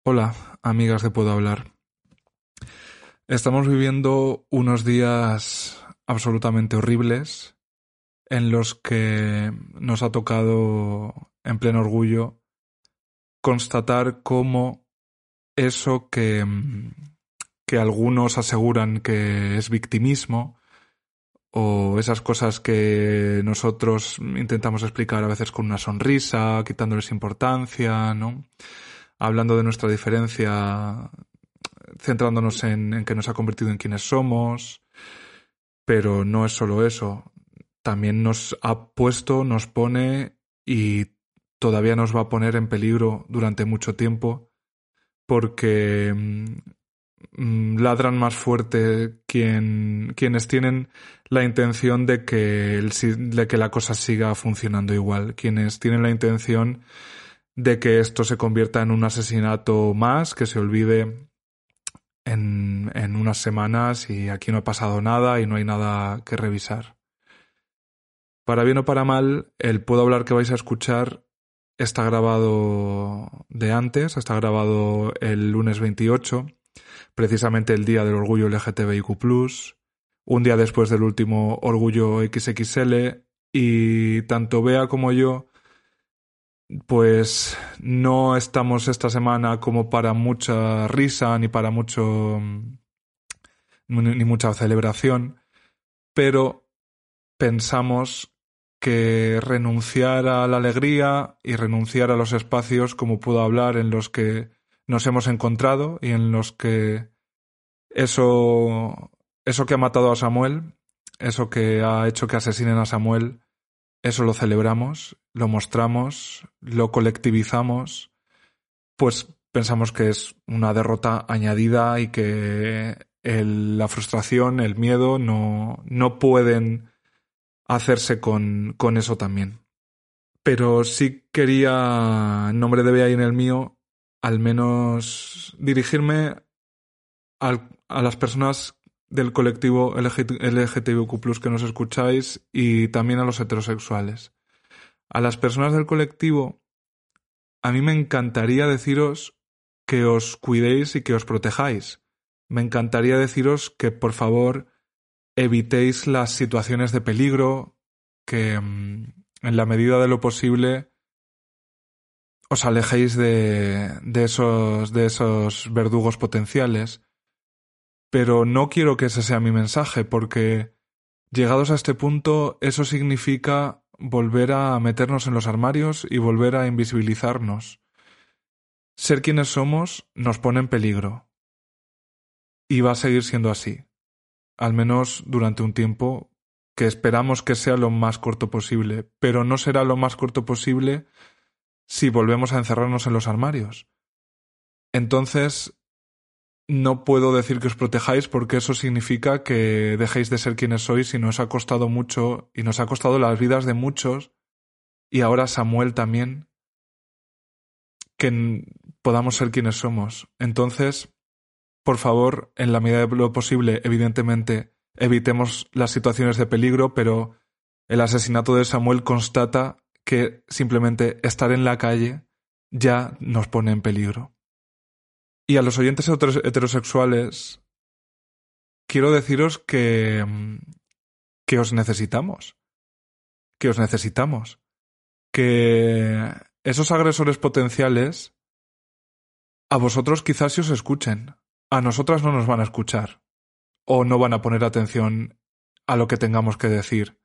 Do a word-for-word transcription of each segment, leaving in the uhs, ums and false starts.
Hola, amigas de Puedo Hablar. Estamos viviendo unos días absolutamente horribles en los que nos ha tocado, en pleno orgullo, constatar cómo eso que, que algunos aseguran que es victimismo, o esas cosas que nosotros intentamos explicar a veces con una sonrisa, quitándoles importancia, ¿no? Hablando de nuestra diferencia, centrándonos en, en que nos ha convertido en quienes somos, pero no es solo eso. También nos ha puesto, nos pone y todavía nos va a poner en peligro durante mucho tiempo porque mmm, ladran más fuerte quien, quienes tienen la intención de que, el, de que la cosa siga funcionando igual, quienes tienen la intención de que esto se convierta en un asesinato más, que se olvide En, en unas semanas y aquí no ha pasado nada y no hay nada que revisar. Para bien o para mal, el Puedo Hablar que vais a escuchar está grabado de antes, está grabado el lunes veintiocho, precisamente el día del orgullo L G T B I Q plus, un día después del último orgullo equis equis ele, y tanto Bea como yo pues no estamos esta semana como para mucha risa ni para mucho ni mucha celebración, pero pensamos que renunciar a la alegría y renunciar a los espacios como Puedo Hablar en los que nos hemos encontrado y en los que eso eso que ha matado a Samuel, eso que ha hecho que asesinen a Samuel, eso lo celebramos, lo mostramos, lo colectivizamos, pues pensamos que es una derrota añadida y que el, la frustración, el miedo no, no pueden hacerse con, con eso también. Pero sí quería, en nombre de Bea y en el mío, al menos dirigirme al, a las personas del colectivo L G T B I Q plus que nos escucháis y también a los heterosexuales. A las personas del colectivo, a mí me encantaría deciros que os cuidéis y que os protejáis. Me encantaría deciros que, por favor, evitéis las situaciones de peligro, que en la medida de lo posible os alejéis de, de, esos, de esos verdugos potenciales. Pero no quiero que ese sea mi mensaje, porque llegados a este punto, eso significa volver a meternos en los armarios y volver a invisibilizarnos. Ser quienes somos nos pone en peligro. Y va a seguir siendo así. Al menos durante un tiempo que esperamos que sea lo más corto posible. Pero no será lo más corto posible si volvemos a encerrarnos en los armarios. Entonces, no puedo decir que os protejáis porque eso significa que dejéis de ser quienes sois y nos ha costado mucho y nos ha costado las vidas de muchos y ahora Samuel también, que podamos ser quienes somos. Entonces, por favor, en la medida de lo posible, evidentemente, evitemos las situaciones de peligro, pero el asesinato de Samuel constata que simplemente estar en la calle ya nos pone en peligro. Y a los oyentes heterosexuales quiero deciros que, que os necesitamos, que os necesitamos, que esos agresores potenciales a vosotros quizás sí os escuchen, a nosotras no nos van a escuchar o no van a poner atención a lo que tengamos que decir.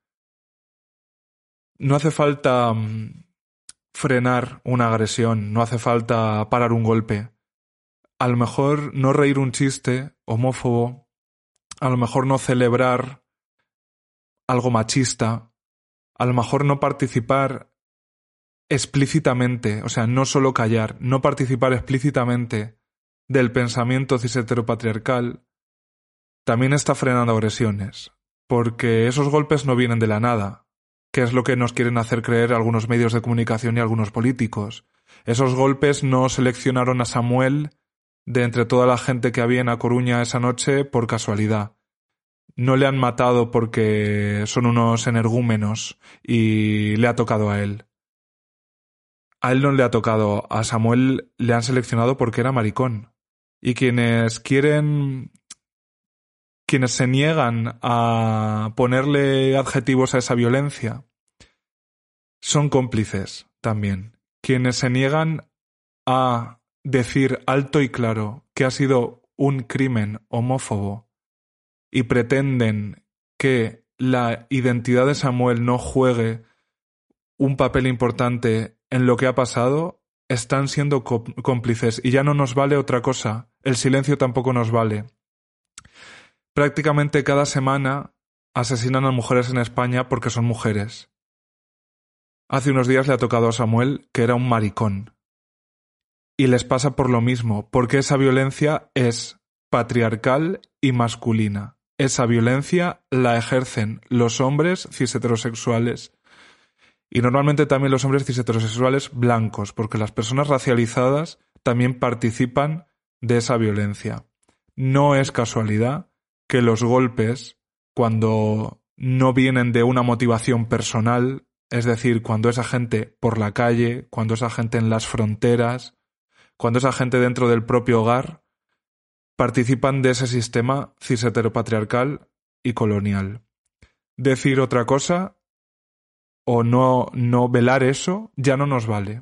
No hace falta um, frenar una agresión, no hace falta parar un golpe. A lo mejor no reír un chiste homófobo, a lo mejor no celebrar algo machista, a lo mejor no participar explícitamente, o sea, no solo callar, no participar explícitamente del pensamiento cis-heteropatriarcal, también está frenando agresiones, porque esos golpes no vienen de la nada, que es lo que nos quieren hacer creer algunos medios de comunicación y algunos políticos. Esos golpes no seleccionaron a Samuel de entre toda la gente que había en A Coruña esa noche por casualidad. No le han matado porque son unos energúmenos y le ha tocado a él. A él no le ha tocado, a Samuel le han seleccionado porque era maricón. Y quienes quieren, quienes se niegan a ponerle adjetivos a esa violencia, son cómplices también. Quienes se niegan a decir alto y claro que ha sido un crimen homófobo y pretenden que la identidad de Samuel no juegue un papel importante en lo que ha pasado, están siendo cómplices y ya no nos vale otra cosa. El silencio tampoco nos vale. Prácticamente cada semana asesinan a mujeres en España porque son mujeres. Hace unos días le ha tocado a Samuel, que era un maricón. Y les pasa por lo mismo, porque esa violencia es patriarcal y masculina. Esa violencia la ejercen los hombres cis heterosexuales y normalmente también los hombres cis heterosexuales blancos, porque las personas racializadas también participan de esa violencia. No es casualidad que los golpes, cuando no vienen de una motivación personal, es decir, cuando esa gente por la calle, cuando esa gente en las fronteras, cuando esa gente dentro del propio hogar, participan de ese sistema cis heteropatriarcal y colonial. Decir otra cosa o no, no velar eso ya no nos vale.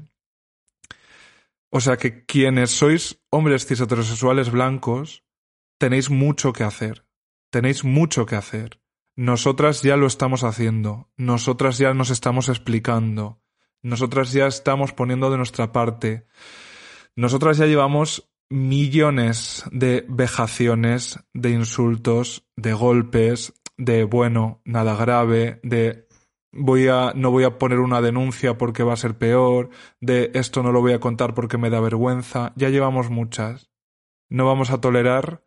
O sea que quienes sois hombres cis heterosexuales blancos tenéis mucho que hacer. Tenéis mucho que hacer. Nosotras ya lo estamos haciendo. Nosotras ya nos estamos explicando. Nosotras ya estamos poniendo de nuestra parte. Nosotras ya llevamos millones de vejaciones, de insultos, de golpes, de bueno, nada grave, de voy a, no voy a poner una denuncia porque va a ser peor, de esto no lo voy a contar porque me da vergüenza. Ya llevamos muchas. No vamos a tolerar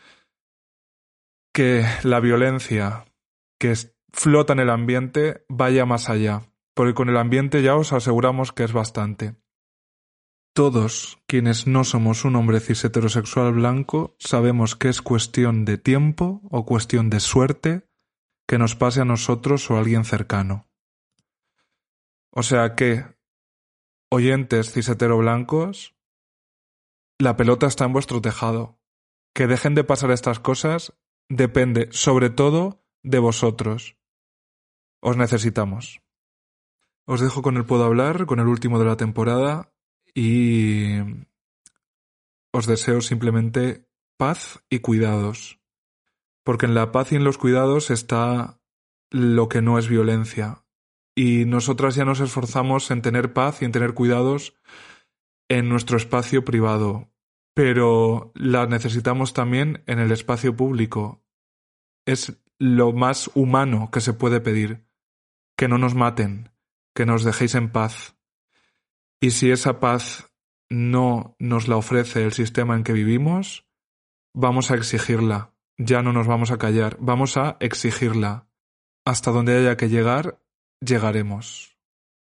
que la violencia que flota en el ambiente vaya más allá, porque con el ambiente ya os aseguramos que es bastante. Todos quienes no somos un hombre cis heterosexual blanco sabemos que es cuestión de tiempo o cuestión de suerte que nos pase a nosotros o a alguien cercano. O sea que, oyentes cis hetero blancos, la pelota está en vuestro tejado. Que dejen de pasar estas cosas depende, sobre todo, de vosotros. Os necesitamos. Os dejo con el Puedo Hablar, con el último de la temporada, y os deseo simplemente paz y cuidados. Porque en la paz y en los cuidados está lo que no es violencia. Y nosotras ya nos esforzamos en tener paz y en tener cuidados en nuestro espacio privado. Pero la necesitamos también en el espacio público. Es lo más humano que se puede pedir. Que no nos maten, que nos dejéis en paz. Y si esa paz no nos la ofrece el sistema en que vivimos, vamos a exigirla. Ya no nos vamos a callar, vamos a exigirla. Hasta donde haya que llegar, llegaremos.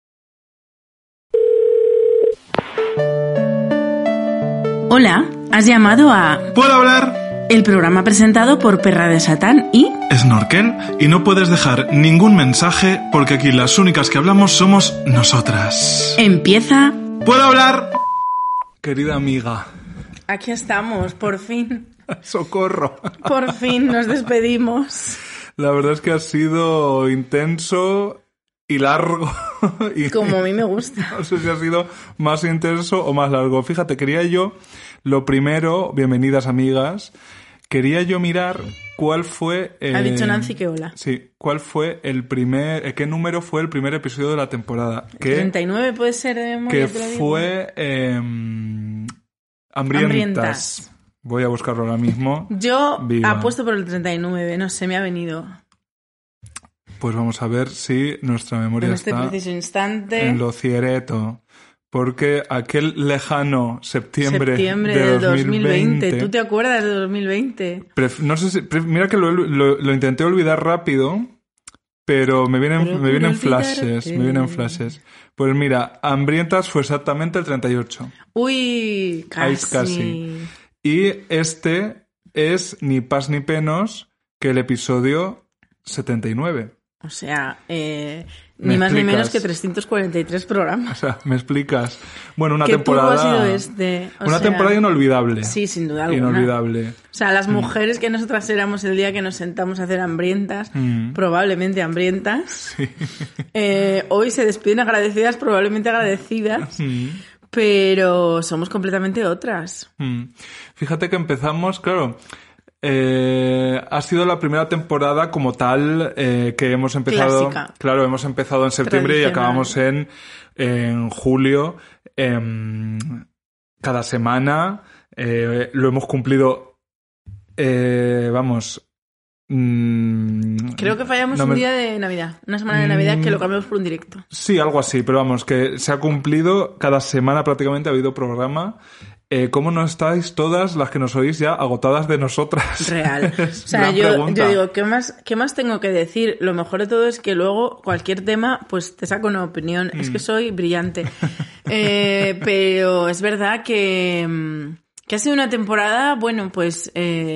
Hola, has llamado a... ¿Puedo hablar? El programa presentado por Perra de Satán y... Snorkel, y no puedes dejar ningún mensaje porque aquí las únicas que hablamos somos nosotras. Empieza... ¿Puedo hablar? Querida amiga. Aquí estamos, por fin. ¡Socorro! Por fin nos despedimos. La verdad es que ha sido intenso y largo. Y como a mí me gusta. No sé si ha sido más intenso o más largo. Fíjate, quería yo, lo primero, bienvenidas amigas, quería yo mirar cuál fue... Eh, ha dicho Nancy que hola. Sí, cuál fue el primer... Eh, ¿Qué número fue el primer episodio de la temporada? Que, treinta y nueve puede ser de memoria. Que fue... Eh, hambrientas. hambrientas. Voy a buscarlo ahora mismo. Yo Viva. apuesto por el treinta y nueve, no sé, me ha venido. Pues vamos a ver si nuestra memoria en este está preciso instante en lo cierto. Porque aquel lejano septiembre, septiembre de del dos mil veinte... ¿Tú te acuerdas de dos mil veinte? Pref, no sé si... Pref, mira que lo, lo, lo intenté olvidar rápido, pero me vienen, pero me vienen flashes. Me vienen flashes. Pues mira, Hambrientas fue exactamente el treinta y ocho. Uy, casi. casi. Y este es ni pas ni penos que el episodio setenta y nueve. O sea, eh, Ni más explicas? ni menos que trescientos cuarenta y tres programas. O sea, ¿me explicas? Bueno, una ¿Qué temporada... turbo ha sido este? O una sea, temporada inolvidable. Sí, sin duda alguna. Inolvidable. O sea, las mujeres que nosotras éramos el día que nos sentamos a hacer hambrientas, Mm. probablemente hambrientas, Sí. eh, hoy se despiden agradecidas, probablemente agradecidas, Mm. pero somos completamente otras. Mm. Fíjate que empezamos, claro... Eh, ha sido la primera temporada como tal eh, que hemos empezado. Clásica. Claro, hemos empezado en septiembre y Tradicional. acabamos en, en julio. em, cada semana eh, lo hemos cumplido. Eh, vamos. mm, Creo que fallamos no un me- día de Navidad, una semana de Navidad que Mm. lo cambiamos por un directo. Sí, algo así, pero vamos, que se ha cumplido. Cada semana prácticamente ha habido programa. Eh, ¿Cómo no estáis todas las que nos oís ya agotadas de nosotras? Real. O Es sea, gran yo, pregunta. yo digo, ¿qué más, ¿qué más tengo que decir? Lo mejor de todo es que luego cualquier tema, pues te saco una opinión. Es que soy brillante. Eh, pero es verdad que, mm, que ha sido una temporada, bueno, pues,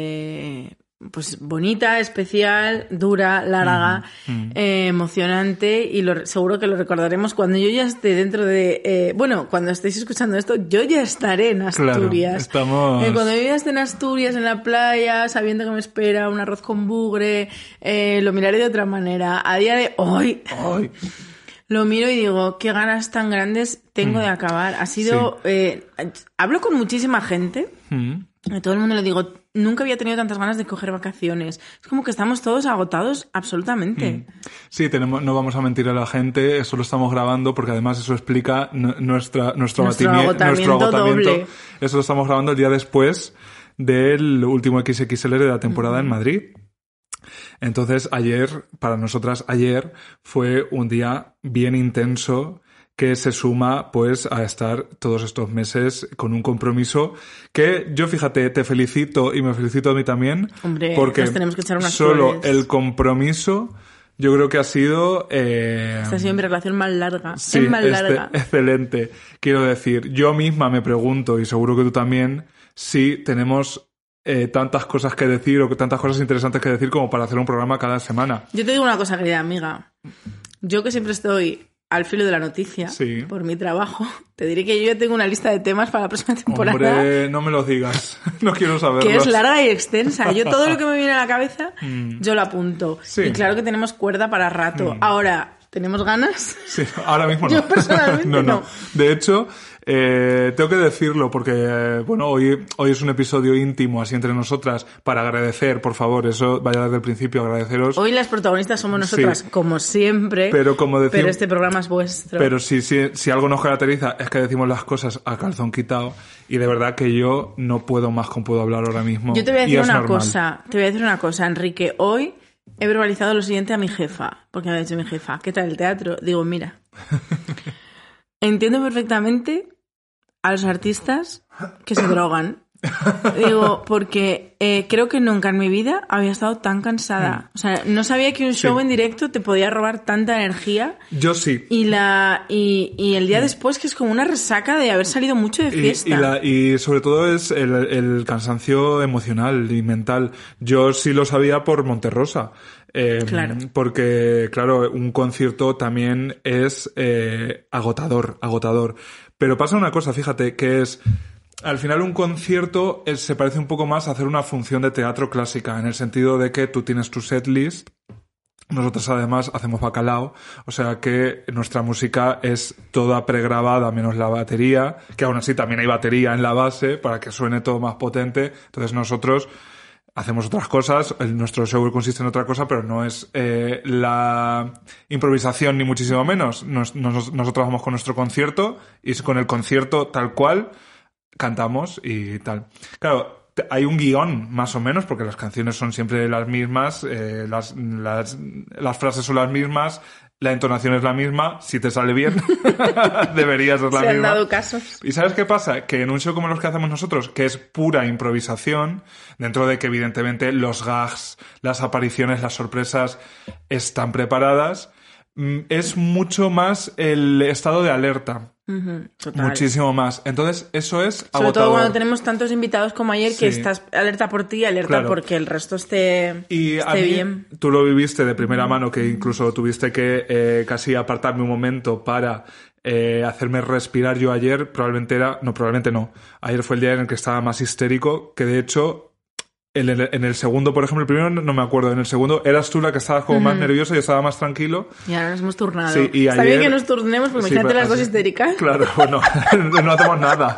eh, pues bonita, especial, dura, larga, eh, emocionante y lo, seguro que lo recordaremos cuando yo ya esté dentro de... eh, bueno, cuando estéis escuchando esto, yo ya estaré en Claro, Asturias. estamos- Eh, cuando yo ya esté en Asturias, en la playa, sabiendo que me espera un arroz con bugre, eh, lo miraré de otra manera. A día de hoy... Ay. Lo miro y digo, qué ganas tan grandes tengo de acabar. Ha sido... eh, hablo con muchísima gente. Mm. A todo el mundo le digo, nunca había tenido tantas ganas de coger vacaciones. Es como que estamos todos agotados absolutamente. Sí, tenemos, no vamos a mentir a la gente, eso lo estamos grabando porque además eso explica nu- nuestra, nuestro, Nuestro abatimi- agotamiento nuestro agotamiento. doble. Eso lo estamos grabando el día después del último equis equis ele de la temporada en Madrid. Entonces, ayer, para nosotras, ayer fue un día bien intenso que se suma, pues, a estar todos estos meses con un compromiso que yo, fíjate, te felicito y me felicito a mí también. Hombre, porque nos tenemos que echar unas solo flores. el compromiso yo creo que ha sido... Eh, Esta ha sido mi relación más larga. sí, es más este- larga. excelente. Quiero decir, yo misma me pregunto, y seguro que tú también, si tenemos eh, tantas cosas que decir o que tantas cosas interesantes que decir como para hacer un programa cada semana. Yo te digo una cosa, querida amiga. Yo que siempre estoy al filo de la noticia Sí. por mi trabajo, te diré que yo ya tengo una lista de temas para la próxima temporada. Hombre, no me lo digas. No quiero saberlo. Que es larga y extensa. Yo todo lo que me viene a la cabeza, Mm. yo lo apunto. Sí. Y claro que tenemos cuerda para rato. Ahora, ¿tenemos ganas? Sí, ahora mismo no. Yo personalmente no, no. no. De hecho, eh, tengo que decirlo porque, eh, bueno, hoy, hoy es un episodio íntimo, así entre nosotras, para agradecer, por favor, eso vaya desde el principio, agradeceros. Hoy las protagonistas somos nosotras, Sí. como siempre. Pero como decimos- pero este programa es vuestro. Pero si, si, si algo nos caracteriza es que decimos las cosas a calzón quitado y de verdad que yo no puedo más como puedo hablar ahora mismo. Yo te voy a y decir es una normal. cosa, te voy a decir una cosa, Enrique. Hoy he verbalizado lo siguiente a mi jefa, porque me ha dicho mi jefa, ¿qué tal el teatro? Digo, mira, entiendo perfectamente a los artistas que se drogan. Digo, porque eh, creo que nunca en mi vida había estado tan cansada. O sea, no sabía que un show Sí. en directo te podía robar tanta energía. Yo sí. Y la y, y el día después, que es como una resaca de haber salido mucho de Y, fiesta. y, la- y sobre todo es el, el cansancio emocional y mental. Yo sí lo sabía por Monterrosa. Eh, Claro. Porque, claro, un concierto también es eh, agotador, agotador. Pero pasa una cosa, fíjate, que es... Al final un concierto es- se parece un poco más a hacer una función de teatro clásica, en el sentido de que tú tienes tu setlist. Nosotros además hacemos bacalao, o sea que nuestra música es toda pregrabada menos la batería, que aún así también hay batería en la base para que suene todo más potente. Entonces nosotros hacemos otras cosas, el- nuestro show consiste en otra cosa, pero no es eh, la improvisación ni muchísimo menos. Nos- nos- nosotros vamos con nuestro concierto y es con el concierto tal cual cantamos y tal. Claro, te- hay un guión, más o menos, porque las canciones son siempre las mismas, eh, las, las, las frases son las mismas, la entonación es la misma, si te sale bien, debería ser la Se han misma. dado casos. ¿Y sabes qué pasa? Que en un show como los que hacemos nosotros, que es pura improvisación, dentro de que evidentemente los gags, las apariciones, las sorpresas están preparadas, mm, es mucho más el estado de alerta. Uh-huh, total. Muchísimo más. Entonces, eso es Sobre agotador. todo cuando tenemos tantos invitados como ayer, Sí. que estás alerta por ti y alerta Claro. porque el resto esté, Y a esté mí, bien. tú lo viviste de primera mano, que incluso tuviste que eh, casi apartarme un momento para eh, hacerme respirar. Yo ayer probablemente era... No, probablemente no. Ayer fue el día en el que estaba más histérico, que de hecho... En el, en el segundo, por ejemplo, el primero no me acuerdo. En el segundo eras tú la que estabas como uh-huh. más nerviosa y estaba más tranquilo. Y ahora nos hemos turnado. Sí, y Está ayer... bien que nos turnemos, porque sí, imagínate pero, las dos así... histéricas. Claro, bueno, no hacemos nada.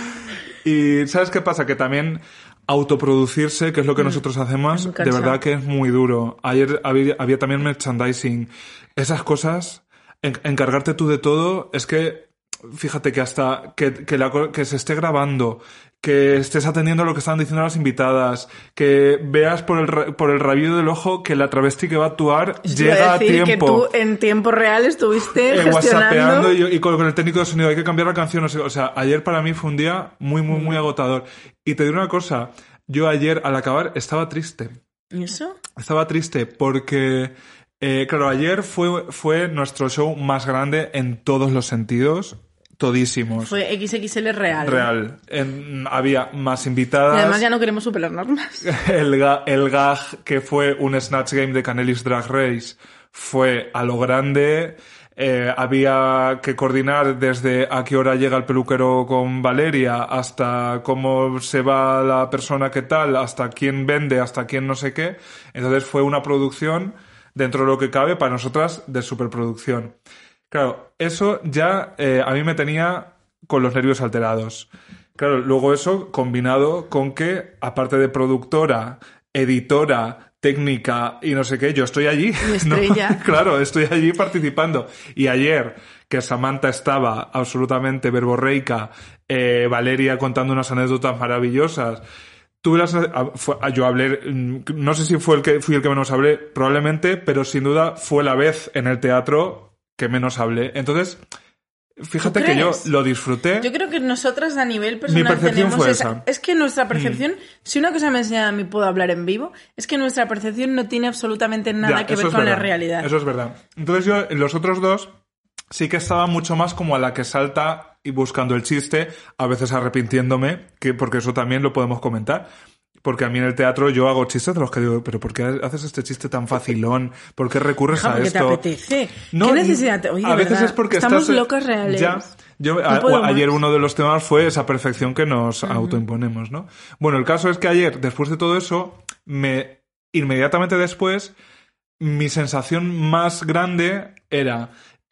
Y ¿sabes qué pasa? Que también autoproducirse, que es lo que mm. nosotros hacemos, de verdad que es muy duro. Ayer había, había también merchandising. Esas cosas, en, encargarte tú de todo, es que, fíjate que hasta que, que, la, que se esté grabando, que estés atendiendo a lo que están diciendo las invitadas, que veas por el, por el rabillo del ojo que la travesti que va a actuar Eso llega a, decir a tiempo. Que tú en tiempo real estuviste eh, gestionando... whatsappeando y, y con, con el técnico de sonido, hay que cambiar la canción. O sea, o sea, ayer para mí fue un día muy, muy, muy agotador. Y te digo una cosa, yo ayer al acabar estaba triste. ¿Y eso? Estaba triste porque... Eh, claro, ayer fue, fue nuestro show más grande en todos los sentidos. Todísimos. Fue equis equis ele real. Real. En, había más invitadas. Y además ya no queremos superarnos más. El, ga, el gag que fue un Snatch Game de Canelis Drag Race fue a lo grande. Eh, había que coordinar desde a qué hora llega el peluquero con Valeria hasta cómo se va la persona que tal, hasta quién vende, hasta quién no sé qué. Entonces fue una producción dentro de lo que cabe para nosotras de superproducción. Claro, eso ya eh, a mí me tenía con los nervios alterados. Claro, luego eso combinado con que, aparte de productora, editora, técnica y no sé qué, yo estoy allí. Mi estrella. ¿No? Claro, estoy allí participando. Y ayer, que Samantha estaba absolutamente verborreica, eh, Valeria contando unas anécdotas maravillosas... Tuve las, yo hablé, no sé si fue el que fui el que menos hablé, probablemente, pero sin duda fue la vez en el teatro que menos hablé. Entonces, fíjate que yo lo disfruté. Yo creo que nosotras a nivel personal Mi percepción tenemos fue esa... esa. Es que nuestra percepción, mm. si una cosa me enseña a mí puedo hablar en vivo, es que nuestra percepción no tiene absolutamente nada ya, que ver es con verdad, la realidad. Eso es verdad. Entonces yo, los otros dos, sí que estaba mucho más como a la que salta y buscando el chiste, a veces arrepintiéndome, que porque eso también lo podemos comentar. Porque a mí en el teatro yo hago chistes de los que digo, pero ¿por qué haces este chiste tan facilón? ¿Por qué recurres Deja, a porque esto? te apetece. No, ¿Qué necesidad? Oye, a veces verdad, es porque estamos estás, locas reales. Ya, yo, no a, ayer más. Uno de los temas fue esa perfección que nos uh-huh. autoimponemos, ¿no? Bueno, el caso es que ayer, después de todo eso, me inmediatamente después, mi sensación más grande era,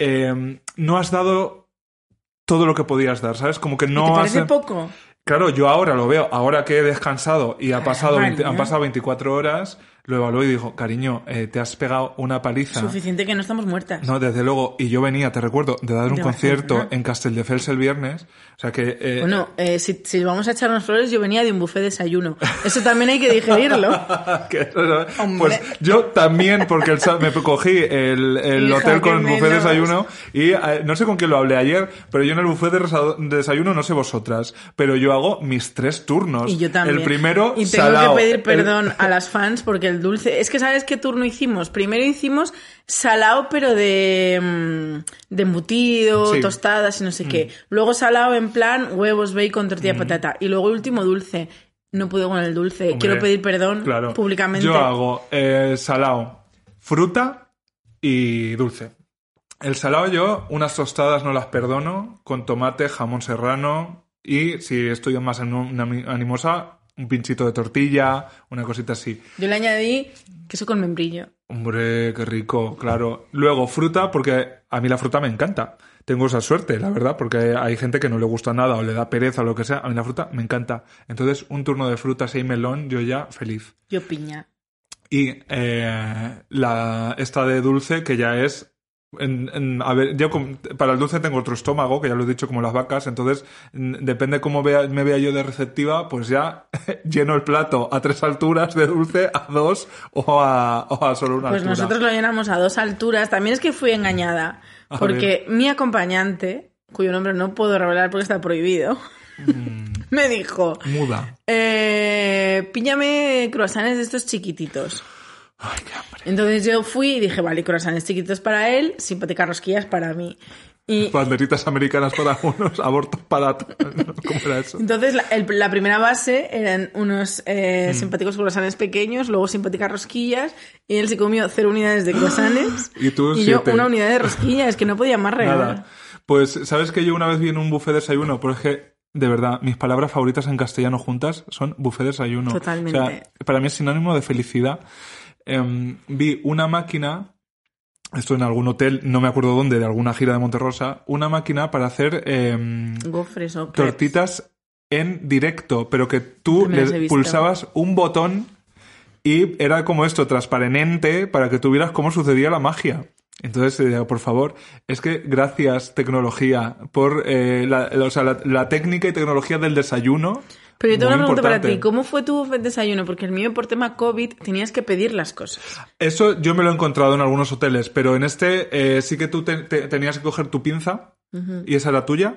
eh, no has dado todo lo que podías dar, ¿sabes? Como que no ¿Y te parece has... poco? Claro, yo ahora lo veo, ahora que he descansado y ha pasado vale, veinte, han pasado veinticuatro horas, lo evalué y digo, cariño, eh, te has pegado una paliza. Suficiente que no estamos muertas. No, desde luego. Y yo venía, te recuerdo, de dar un de concierto Barcelona. en Castelldefels el viernes. O sea que... Eh... Bueno, eh, si, si vamos a echarnos flores, yo venía de un buffet de desayuno. Eso también hay que digerirlo. Pues yo también, porque el, me cogí el, el Hija, hotel con el buffet de menos. desayuno y eh, no sé con quién lo hablé ayer, pero yo en el buffet de, resa- de desayuno, no sé vosotras, pero yo hago mis tres turnos. Y yo también. El primero, Y tengo salao. que pedir perdón el... a las fans porque el dulce... Es que ¿sabes qué turno hicimos? Primero hicimos salao, pero de, de embutido, sí. tostadas y no sé mm. qué. Luego salao en plan huevos, bacon, tortilla, mm. patata. Y luego el último dulce. No puedo con el dulce. Hombre, quiero pedir perdón claro. públicamente. Yo hago eh, salao, fruta y dulce. El salao yo, unas tostadas no las perdono, con tomate, jamón serrano y, si estoy más animosa, un pinchito de tortilla, una cosita así. Yo le añadí queso con membrillo. Hombre, qué rico, claro. Luego fruta, porque a mí la fruta me encanta. Tengo esa suerte, la verdad, porque hay gente que no le gusta nada o le da pereza o lo que sea. A mí la fruta me encanta. Entonces, un turno de frutas y melón, yo ya feliz. Yo piña. Y eh, la esta de dulce, que ya es... En, en, a ver, yo con, para el dulce tengo otro estómago, que ya lo he dicho, como las vacas, entonces n- depende cómo vea, me vea yo de receptiva, pues ya lleno el plato a tres alturas de dulce, a dos o a, o a solo una pues altura. Pues nosotros lo llenamos a dos alturas. También es que fui engañada, a porque ver. Mi acompañante, cuyo nombre no puedo revelar porque está prohibido, mm. me dijo... Muda. Eh, píllame croissants de estos chiquititos. Ay, qué hambre. Entonces yo fui y dije, vale, croissants chiquitos para él, simpáticas rosquillas para mí. Y... banderitas americanas para unos, abortos para otros. ¿Cómo era eso? Entonces, la, el, la primera base eran unos eh, mm. simpáticos croissants pequeños, luego simpáticas rosquillas, y él se comió cero unidades de croissants y, tú, y yo una unidad de rosquillas, que no podía más regalar. Nada. Pues, ¿sabes que yo una vez vi en un buffet de desayuno? Porque, de verdad, mis palabras favoritas en castellano juntas son buffet de desayuno. Totalmente. O sea, para mí es sinónimo de felicidad. Eh, vi una máquina... Esto en algún hotel, no me acuerdo dónde, de alguna gira de Monterrosa, una máquina para hacer eh, gofres o tortitas en directo, pero que tú le pulsabas un botón y era como esto, transparente, para que tú vieras cómo sucedía la magia. Entonces, eh, por favor, es que gracias, tecnología, por eh, la, la, o sea, la, la técnica y tecnología del desayuno. Pero yo tengo una pregunta importante. para ti. ¿Cómo fue tu desayuno? Porque el mío, por tema COVID, tenías que pedir las cosas. Eso yo me lo he encontrado en algunos hoteles, pero en este eh, sí que tú te, te, tenías que coger tu pinza uh-huh. y esa era tuya.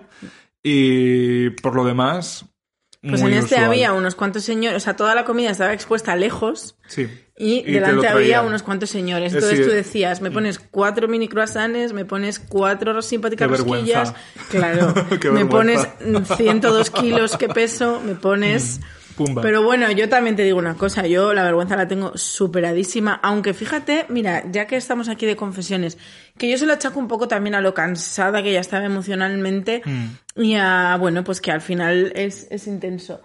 Y por lo demás... Pues muy en este usual. había unos cuantos señores, o sea, toda la comida estaba expuesta lejos sí. y, y delante había unos cuantos señores. Entonces sí. tú decías, me pones cuatro mini croissants, me pones cuatro simpáticas Qué rosquillas, vergüenza. claro, Qué me vergüenza. pones ciento dos kilos que peso, me pones... Pumba. Pero bueno, yo también te digo una cosa, yo la vergüenza la tengo superadísima, aunque fíjate, mira, ya que estamos aquí de confesiones, que yo se lo achaco un poco también a lo cansada que ya estaba emocionalmente mm. y a, bueno, pues que al final es, es intenso.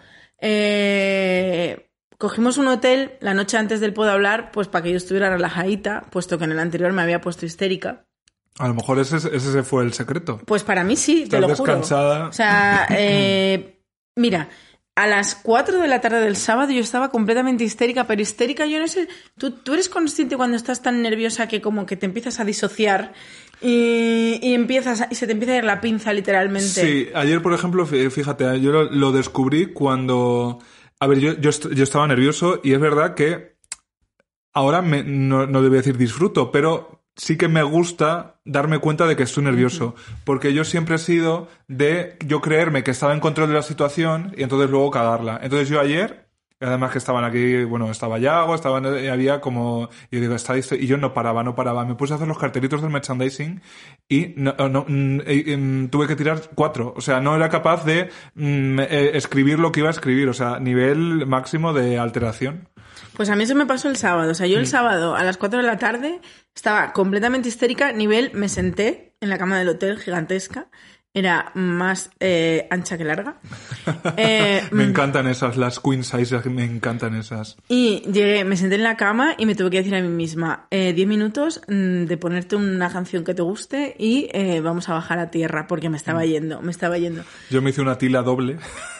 Eh, cogimos un hotel la noche antes del Puedo Hablar, pues para que yo estuviera relajadita, puesto que en el anterior me había puesto histérica. A lo mejor ese, ese fue el secreto. Pues para mí sí, te lo juro. Estás descansada. O sea, eh, mira... A las cuatro de la tarde del sábado yo estaba completamente histérica, pero histérica, yo no sé, ¿tú, tú eres consciente cuando estás tan nerviosa que como que te empiezas a disociar y, y empiezas a, y se te empieza a ir la pinza literalmente? Sí, ayer por ejemplo, fíjate, yo lo, lo descubrí cuando... A ver, yo, yo, yo estaba nervioso y es verdad que ahora me, no, no debo decir disfruto, pero... sí que me gusta darme cuenta de que estoy nervioso, porque yo siempre he sido de yo creerme que estaba en control de la situación y entonces luego cagarla. Entonces yo ayer, además que estaban aquí, bueno, estaba Yago, estaban, había como, y yo digo, está listo, y yo no paraba, no paraba, me puse a hacer los cartelitos del merchandising y no, no, mm, eh, tuve que tirar cuatro, o sea, no era capaz de mm, eh, escribir lo que iba a escribir, o sea, nivel máximo de alteración. Pues a mí eso me pasó el sábado. O sea, yo el sábado a las cuatro de la tarde estaba completamente histérica. Nivel, me senté en la cama del hotel, gigantesca. Era más eh, ancha que larga. Eh, me encantan esas, las queen size, me encantan esas. Y llegué, me senté en la cama y me tuve que decir a mí misma, eh, diez minutos mmm, de ponerte una canción que te guste y eh, vamos a bajar a tierra, porque me estaba yendo, me estaba yendo. Yo me hice una tila doble.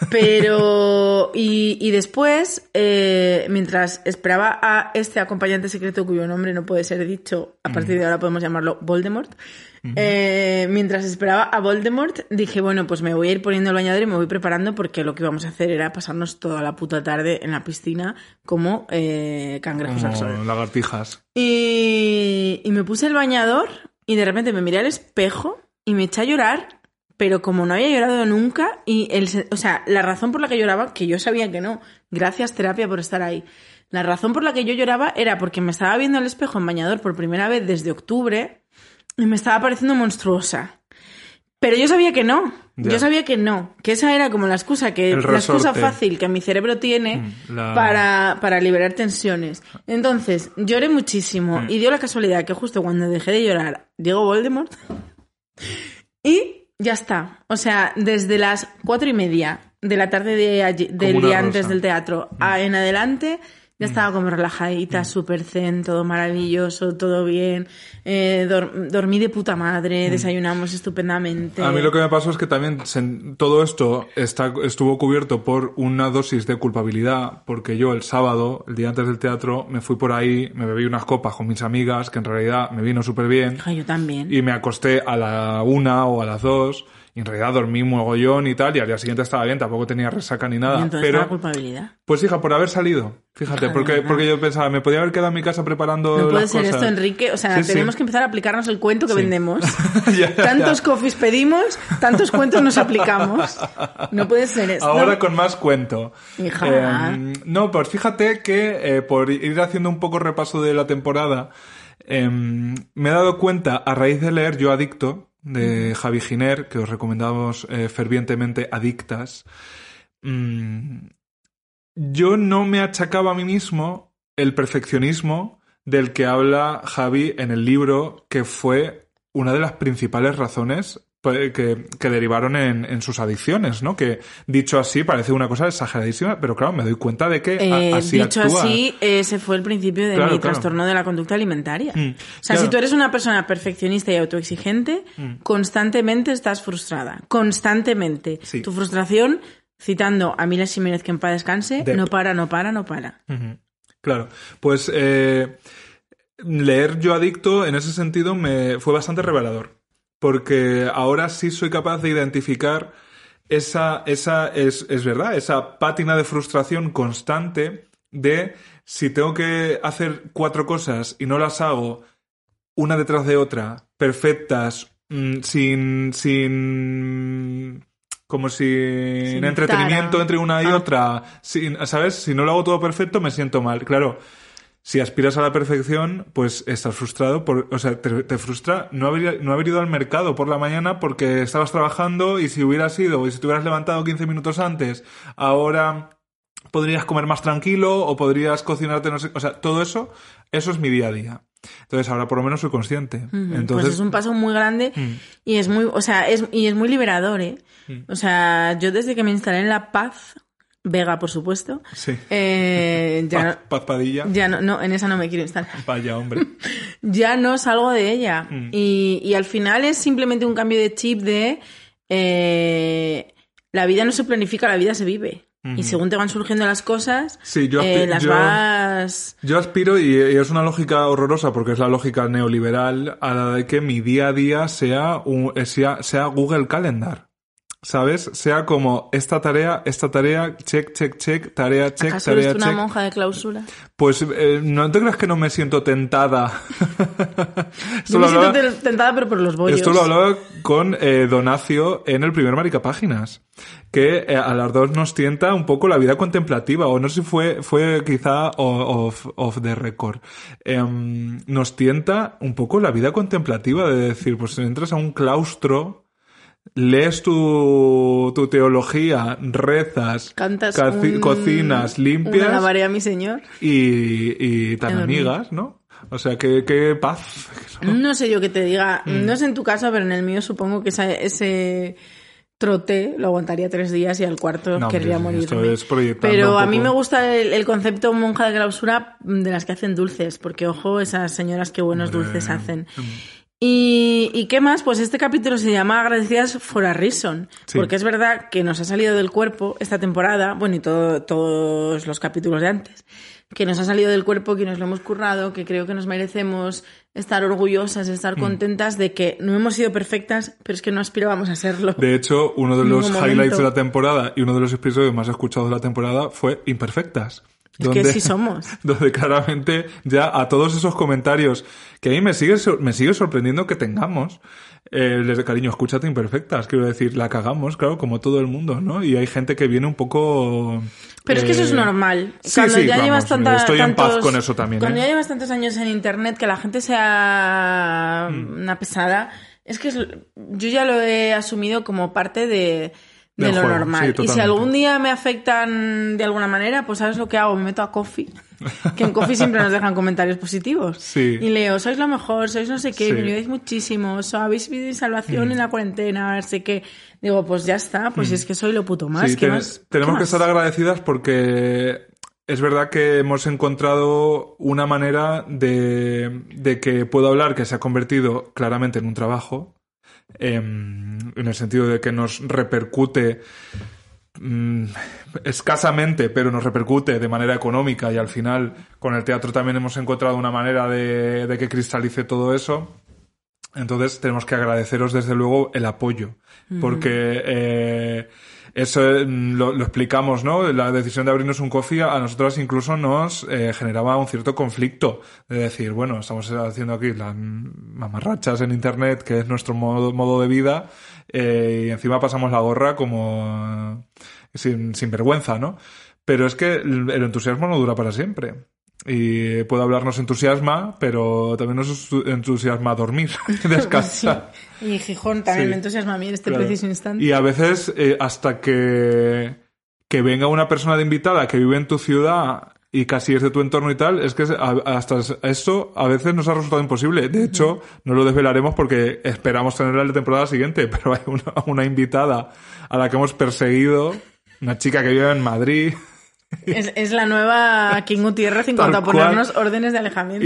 Pero, y, y después, eh, mientras esperaba a este acompañante secreto cuyo nombre no puede ser dicho, a partir de ahora podemos llamarlo Voldemort, Uh-huh. Eh, mientras esperaba a Voldemort, dije, bueno, pues me voy a ir poniendo el bañador y me voy preparando, porque lo que íbamos a hacer era pasarnos toda la puta tarde en la piscina como eh, cangrejos como al sol. Lagartijas. Y, y me puse el bañador y de repente me miré al espejo y me eché a llorar, pero como no había llorado nunca, y el, o sea, la razón por la que lloraba, que yo sabía que no, gracias terapia por estar ahí, la razón por la que yo lloraba era porque me estaba viendo al espejo en bañador por primera vez desde octubre y me estaba pareciendo monstruosa. Pero yo sabía que no. Ya. Yo sabía que no. Que esa era como la excusa, que la excusa fácil que mi cerebro tiene la... para, para liberar tensiones. Entonces, lloré muchísimo. Mm. Y dio la casualidad que justo cuando dejé de llorar, llegó Voldemort. Y ya está. O sea, desde las cuatro y media de la tarde de allí, del día antes del teatro mm. a, en adelante... Ya estaba como relajadita, súper zen, todo maravilloso, todo bien. Eh, dor- dormí de puta madre, desayunamos estupendamente. A mí lo que me pasó es que también se, todo esto está, estuvo cubierto por una dosis de culpabilidad, porque yo el sábado, el día antes del teatro, me fui por ahí, me bebí unas copas con mis amigas, que en realidad me vino súper bien. Ay, yo también. Y me acosté a la una o a las dos. Y en realidad dormí un mogollón y tal, y al día siguiente estaba bien, tampoco tenía resaca ni nada. ¿Y entonces pero la culpabilidad? Pues hija, por haber salido, fíjate, hija, porque, porque yo pensaba, me podía haber quedado en mi casa preparando no puede las ser cosas. Esto, Enrique, o sea, sí, tenemos sí. que empezar a aplicarnos el cuento que sí. vendemos. ya, tantos ya. coffees pedimos, tantos cuentos nos aplicamos. No puede ser esto. Ahora con más cuento. Hija. Eh, no, pues fíjate que eh, por ir haciendo un poco repaso de la temporada, eh, me he dado cuenta, a raíz de leer Yo Adicto, de Javi Giner, que os recomendamos eh, fervientemente, Adictas. Mm, yo no me achacaba a mí mismo el perfeccionismo del que habla Javi en el libro, que fue una de las principales razones que, que derivaron en, en sus adicciones, ¿no? Que dicho así parece una cosa exageradísima, pero claro, me doy cuenta de que eh, a, así dicho actúa. así, ese fue el principio de claro, mi claro. trastorno de la conducta alimentaria. Mm, o sea, claro. si tú eres una persona perfeccionista y autoexigente, mm. constantemente estás frustrada. Constantemente. Sí. Tu frustración, citando a Mila Jiménez, que en paz descanse, de... no para, no para, no para. Uh-huh. Claro. Pues eh, leer Yo Adicto, en ese sentido, me fue bastante revelador. Porque ahora sí soy capaz de identificar esa, esa es, es verdad, esa pátina de frustración constante de si tengo que hacer cuatro cosas y no las hago una detrás de otra, perfectas, mmm, sin, sin, como si en entretenimiento entre una y ah. otra, sin, ¿sabes? Si no lo hago todo perfecto me siento mal, claro. Si aspiras a la perfección, pues estás frustrado, por, o sea, te, te frustra no haber, no haber ido al mercado por la mañana porque estabas trabajando y si hubieras ido y si te hubieras levantado quince minutos antes, ahora podrías comer más tranquilo o podrías cocinarte, no sé, o sea, todo eso, eso es mi día a día. Entonces ahora por lo menos soy consciente. Uh-huh. Entonces, pues es un paso muy grande uh-huh. y es muy, o sea, es, y es muy liberador, ¿eh? Uh-huh. O sea, yo desde que me instalé en La Paz, Vega, por supuesto. Sí. Eh, ya Paz, Paz Padilla. Ya no, no, en esa no me quiero instalar. Vaya, hombre. Ya no salgo de ella. Mm. Y, y al final es simplemente un cambio de chip de eh, la vida no se planifica, la vida se vive. Mm-hmm. Y según te van surgiendo las cosas, sí, yo aspi- eh, las yo, vas... Yo aspiro, y, y es una lógica horrorosa porque es la lógica neoliberal, a la de que mi día a día sea, un, sea, sea Google Calendar. ¿Sabes? Sea como esta tarea, esta tarea, check, check, check, tarea, check, ¿Acaso tarea, eres tú check. una monja de clausura? Pues eh, no te creas que no me siento tentada. Yo me hablaba, siento tentada pero por los bollos. Esto lo hablaba con eh, Donacio en el primer Maricapáginas, que eh, a las dos nos tienta un poco la vida contemplativa, o no sé si fue, fue quizá off, off the record. Eh, nos tienta un poco la vida contemplativa de decir, pues entras a un claustro, lees tu, tu teología, rezas, cantas caci- un, cocinas, limpias. Una alabaré a mi Señor. Y, y tan amigas, ¿no? O sea, qué, qué paz. ¿No? no sé yo qué te diga. Mm. No sé en tu caso, pero en el mío supongo que esa, ese trote lo aguantaría tres días y al cuarto no, querría morirme. Pero a mí me gusta el, el concepto monja de clausura de las que hacen dulces, porque ojo, esas señoras qué buenos Hombre. dulces hacen. Mm. Y, ¿Y qué más? Pues este capítulo se llama Agradecidas for a Reason, sí. Porque es verdad que nos ha salido del cuerpo esta temporada, bueno, y todo, todos los capítulos de antes, que nos ha salido del cuerpo, que nos lo hemos currado, que creo que nos merecemos estar orgullosas, estar mm. contentas de que no hemos sido perfectas, pero es que no aspirábamos a serlo. De hecho, uno de los highlights momento. de la temporada y uno de los episodios más escuchados de la temporada fue Imperfectas. Es donde, que sí somos. Donde claramente ya a todos esos comentarios que a mí me sigue, me sigue sorprendiendo que tengamos, eh, les de cariño, escúchate Imperfectas, quiero decir, la cagamos, claro, como todo el mundo, ¿no? Y hay gente que viene un poco... Pero eh... es que eso es normal. Sí, cuando sí, ya vamos, llevas tanta, estoy tantos, en paz con eso también. Cuando ¿eh? ya llevas tantos años en internet que la gente sea mm. una pesada, es que es, yo ya lo he asumido como parte de... de lo juego, normal. Sí, y si algún día me afectan de alguna manera, pues ¿sabes lo que hago? Me meto a Coffee, que en Coffee siempre nos dejan comentarios positivos. Sí. Y leo, sois lo mejor, sois no sé qué, sí. me ayudáis muchísimo, so, habéis vivido mi salvación mm. en la cuarentena, no sé qué. Digo, pues ya está, pues mm. es que soy lo puto más. Sí, ¿Qué ten- más? Tenemos ¿Qué que más? estar agradecidas porque... Es verdad que hemos encontrado una manera de, de que puedo hablar que se ha convertido claramente en un trabajo, eh, en el sentido de que nos repercute mmm, escasamente, pero nos repercute de manera económica, y al final con el teatro también hemos encontrado una manera de, de que cristalice todo eso. Entonces tenemos que agradeceros desde luego el apoyo, uh-huh. porque eh, eso lo, lo explicamos, ¿no? La decisión de abrirnos un coffee a nosotras incluso nos eh, generaba un cierto conflicto de decir, bueno, estamos haciendo aquí las mamarrachas en internet, que es nuestro modo, modo de vida, eh, y encima pasamos la gorra como sin, sin vergüenza, ¿no? Pero es que el, el entusiasmo no dura para siempre. Y puedo hablar, nos entusiasma, pero también nos entusiasma dormir, descansar. Sí. Y Gijón también sí. me entusiasma a mí en este claro. preciso instante. Y a veces, eh, hasta que, que venga una persona de invitada que vive en tu ciudad y casi es de tu entorno y tal, es que hasta eso a veces nos ha resultado imposible. De hecho, uh-huh. no lo desvelaremos porque esperamos tenerla en la temporada siguiente, pero hay una, una invitada a la que hemos perseguido, una chica que vive en Madrid... Es, es la nueva King Gutiérrez en cuanto a ponernos órdenes de alejamiento.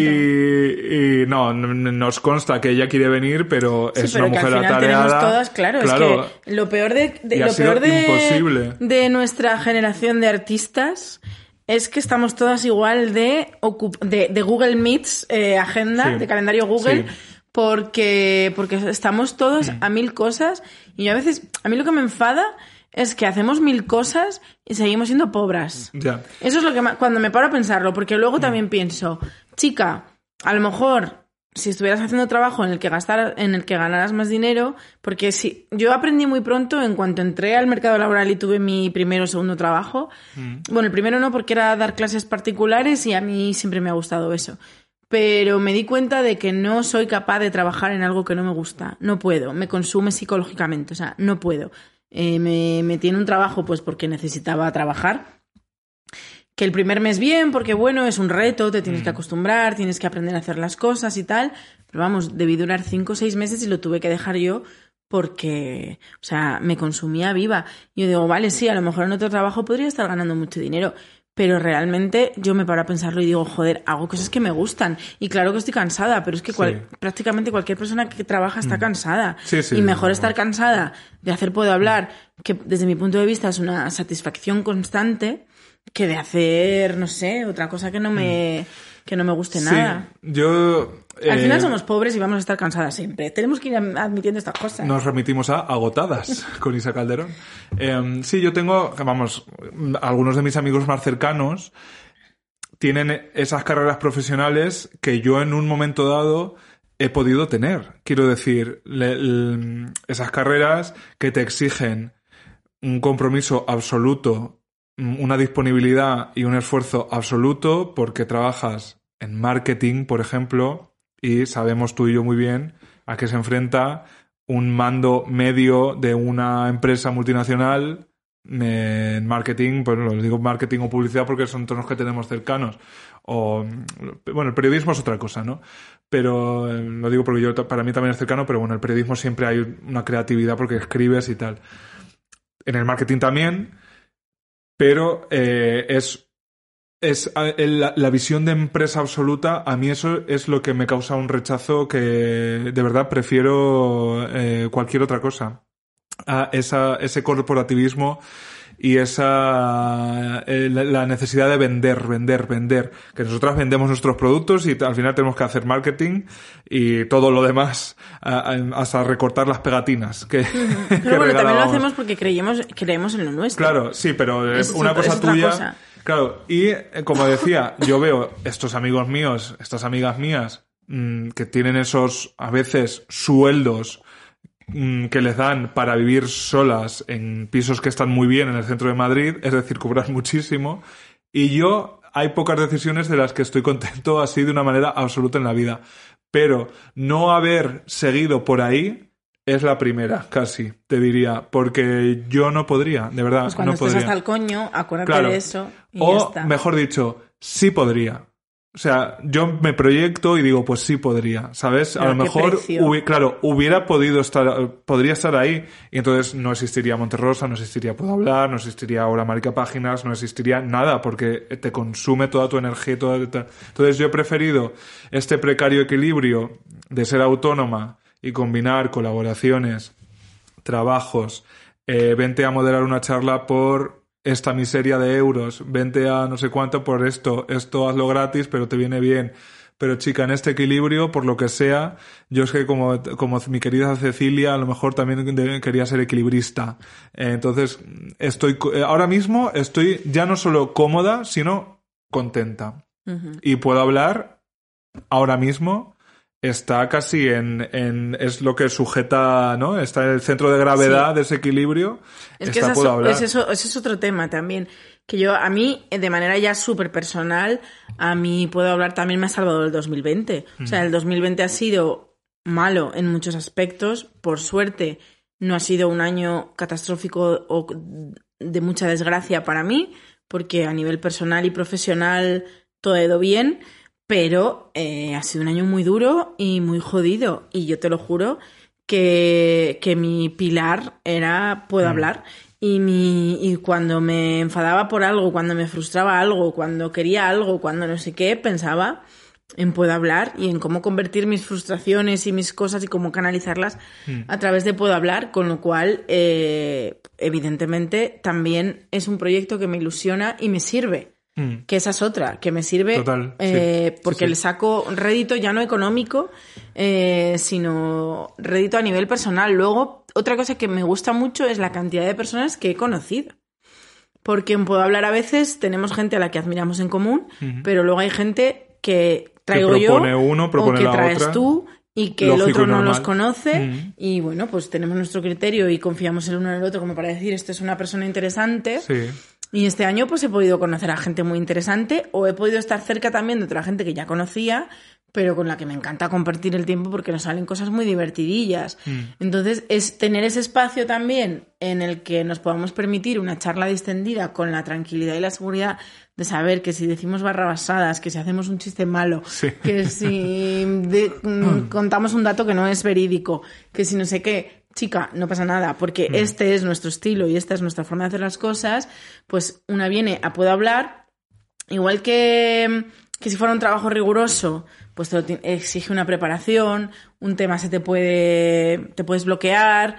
Y, y no, nos consta que ella quiere venir, pero sí, es pero una mujer atareada. Tenemos todas, claro, claro, es que lo peor de, de lo peor de, de nuestra generación de artistas es que estamos todas igual de de, de Google Meets, eh, agenda, sí. de calendario Google. Sí. Porque, porque estamos todos mm. a mil cosas y yo a veces, a mí lo que me enfada es que hacemos mil cosas y seguimos siendo pobres. Ya. Eso es lo que me, cuando me paro a pensarlo, porque luego también pienso, chica, a lo mejor si estuvieras haciendo trabajo en el que gastar, en el que ganaras más dinero, porque si yo aprendí muy pronto en cuanto entré al mercado laboral y tuve mi primero o segundo trabajo. Mm. Bueno, el primero no, porque era dar clases particulares y a mí siempre me ha gustado eso. Pero me di cuenta de que no soy capaz de trabajar en algo que no me gusta. No puedo, me consume psicológicamente, o sea, no puedo. Eh, me metí en un trabajo pues porque necesitaba trabajar, que el primer mes bien, porque bueno, es un reto, te tienes que acostumbrar, tienes que aprender a hacer las cosas y tal, pero vamos, debí durar cinco o seis meses y lo tuve que dejar yo porque, o sea, me consumía viva. Yo digo, vale, sí, a lo mejor en otro trabajo podría estar ganando mucho dinero, pero realmente yo me paro a pensarlo y digo, joder, hago cosas que me gustan. Y claro que estoy cansada, pero es que cual, sí. prácticamente cualquier persona que trabaja está cansada. Sí, sí, y mejor sí, estar sí. cansada de hacer puedo hablar, que desde mi punto de vista es una satisfacción constante, que de hacer, no sé, otra cosa que no me, que no me guste sí, nada. Yo... Al eh, final somos pobres y vamos a estar cansadas siempre. Tenemos que ir admitiendo estas cosas. Nos remitimos a Agotadas con Isa Calderón. Eh, sí, yo tengo, vamos, algunos de mis amigos más cercanos tienen esas carreras profesionales que yo en un momento dado he podido tener. Quiero decir, le, le, esas carreras que te exigen un compromiso absoluto, una disponibilidad y un esfuerzo absoluto porque trabajas en marketing, por ejemplo, y sabemos tú y yo muy bien a qué se enfrenta un mando medio de una empresa multinacional en marketing, pues lo digo marketing o publicidad porque son tonos que tenemos cercanos. O, bueno, el periodismo es otra cosa, ¿no? Pero eh, lo digo porque yo para mí también es cercano, pero bueno, el periodismo siempre hay una creatividad porque escribes y tal. En el marketing también, pero eh, es Es la, la visión de empresa absoluta, a mí eso es lo que me causa un rechazo que de verdad prefiero eh, cualquier otra cosa. A esa, ese corporativismo y esa eh, la, la necesidad de vender, vender, vender. Que nosotras vendemos nuestros productos y al final tenemos que hacer marketing y todo lo demás, a, a, hasta recortar las pegatinas. Que, uh-huh. Pero que bueno, también lo hacemos porque creemos, creemos en lo nuestro. Claro, sí, pero es una cosa es otra tuya... Cosa. Claro, y eh, como decía, yo veo estos amigos míos, estas amigas mías, mmm, que tienen esos, a veces, sueldos mmm, que les dan para vivir solas en pisos que están muy bien en el centro de Madrid, es decir, cobrar muchísimo, y yo, hay pocas decisiones de las que estoy contento así de una manera absoluta en la vida, pero no haber seguido por ahí es la primera, casi, te diría, porque yo no podría, de verdad, pues cuando no estés podría. hasta el coño, acuérdate claro. de eso y o, ya está. Mejor dicho, sí podría. O sea, yo me proyecto y digo, pues sí podría, ¿sabes? Pero a lo mejor, hubi- claro, hubiera podido estar, podría estar ahí y entonces no existiría Monterrosa, no existiría Puedo Hablar, no existiría ahora Marica Páginas, no existiría nada porque te consume toda tu energía y toda... Entonces yo he preferido este precario equilibrio de ser autónoma y combinar colaboraciones, trabajos, eh, vente a moderar una charla por esta miseria de euros, vente a no sé cuánto por esto, esto hazlo gratis pero te viene bien. Pero chica, en este equilibrio, por lo que sea, yo es que como, como mi querida Cecilia, a lo mejor también quería ser equilibrista. Eh, entonces, estoy, ahora mismo estoy ya no solo cómoda, sino contenta. Uh-huh. Y puedo hablar ahora mismo está casi en, en... es lo que sujeta, ¿no? Está en el centro de gravedad Sí. de ese equilibrio. Es Está que esa Puedo es, hablar. es eso, ese es otro tema también. Que yo, a mí, de manera ya súper personal, a mí Puedo Hablar también me ha salvado el dos mil veinte. Mm. O sea, el dos mil veinte ha sido malo en muchos aspectos. Por suerte, no ha sido un año catastrófico o de mucha desgracia para mí, porque a nivel personal y profesional todo ha ido bien, pero eh, ha sido un año muy duro y muy jodido. Y yo te lo juro que, que mi pilar era Puedo mm. hablar. Y, mi, y cuando me enfadaba por algo, cuando me frustraba algo, cuando quería algo, cuando no sé qué, pensaba en Puedo Hablar y en cómo convertir mis frustraciones y mis cosas y cómo canalizarlas mm. a través de Puedo Hablar, con lo cual, eh, evidentemente, también es un proyecto que me ilusiona y me sirve. Mm. Que esa es otra, que me sirve Total, eh, sí, porque sí, sí. le saco rédito ya no económico, eh, sino rédito a nivel personal. Luego, otra cosa que me gusta mucho es la cantidad de personas que he conocido. Porque en Puedo Hablar a veces tenemos gente a la que admiramos en común, uh-huh. pero luego hay gente que traigo que propone yo uno, propone o que la traes otra. tú y que Lógico el otro no normal. los conoce uh-huh. y bueno, pues tenemos nuestro criterio y confiamos el uno en el otro como para decir esto es una persona interesante. Sí. Y este año pues he podido conocer a gente muy interesante o he podido estar cerca también de otra gente que ya conocía, pero con la que me encanta compartir el tiempo porque nos salen cosas muy divertidillas. Mm. Entonces, es tener ese espacio también en el que nos podamos permitir una charla distendida con la tranquilidad y la seguridad de saber que si decimos barrabasadas, que si hacemos un chiste malo, sí. que si de, mm, contamos un dato que no es verídico, que si no sé qué... Chica, no pasa nada, porque mm. este es nuestro estilo y esta es nuestra forma de hacer las cosas, pues una viene a Puedo Hablar, igual que, que si fuera un trabajo riguroso, pues te lo t- exige una preparación, un tema se te puede, te puedes bloquear,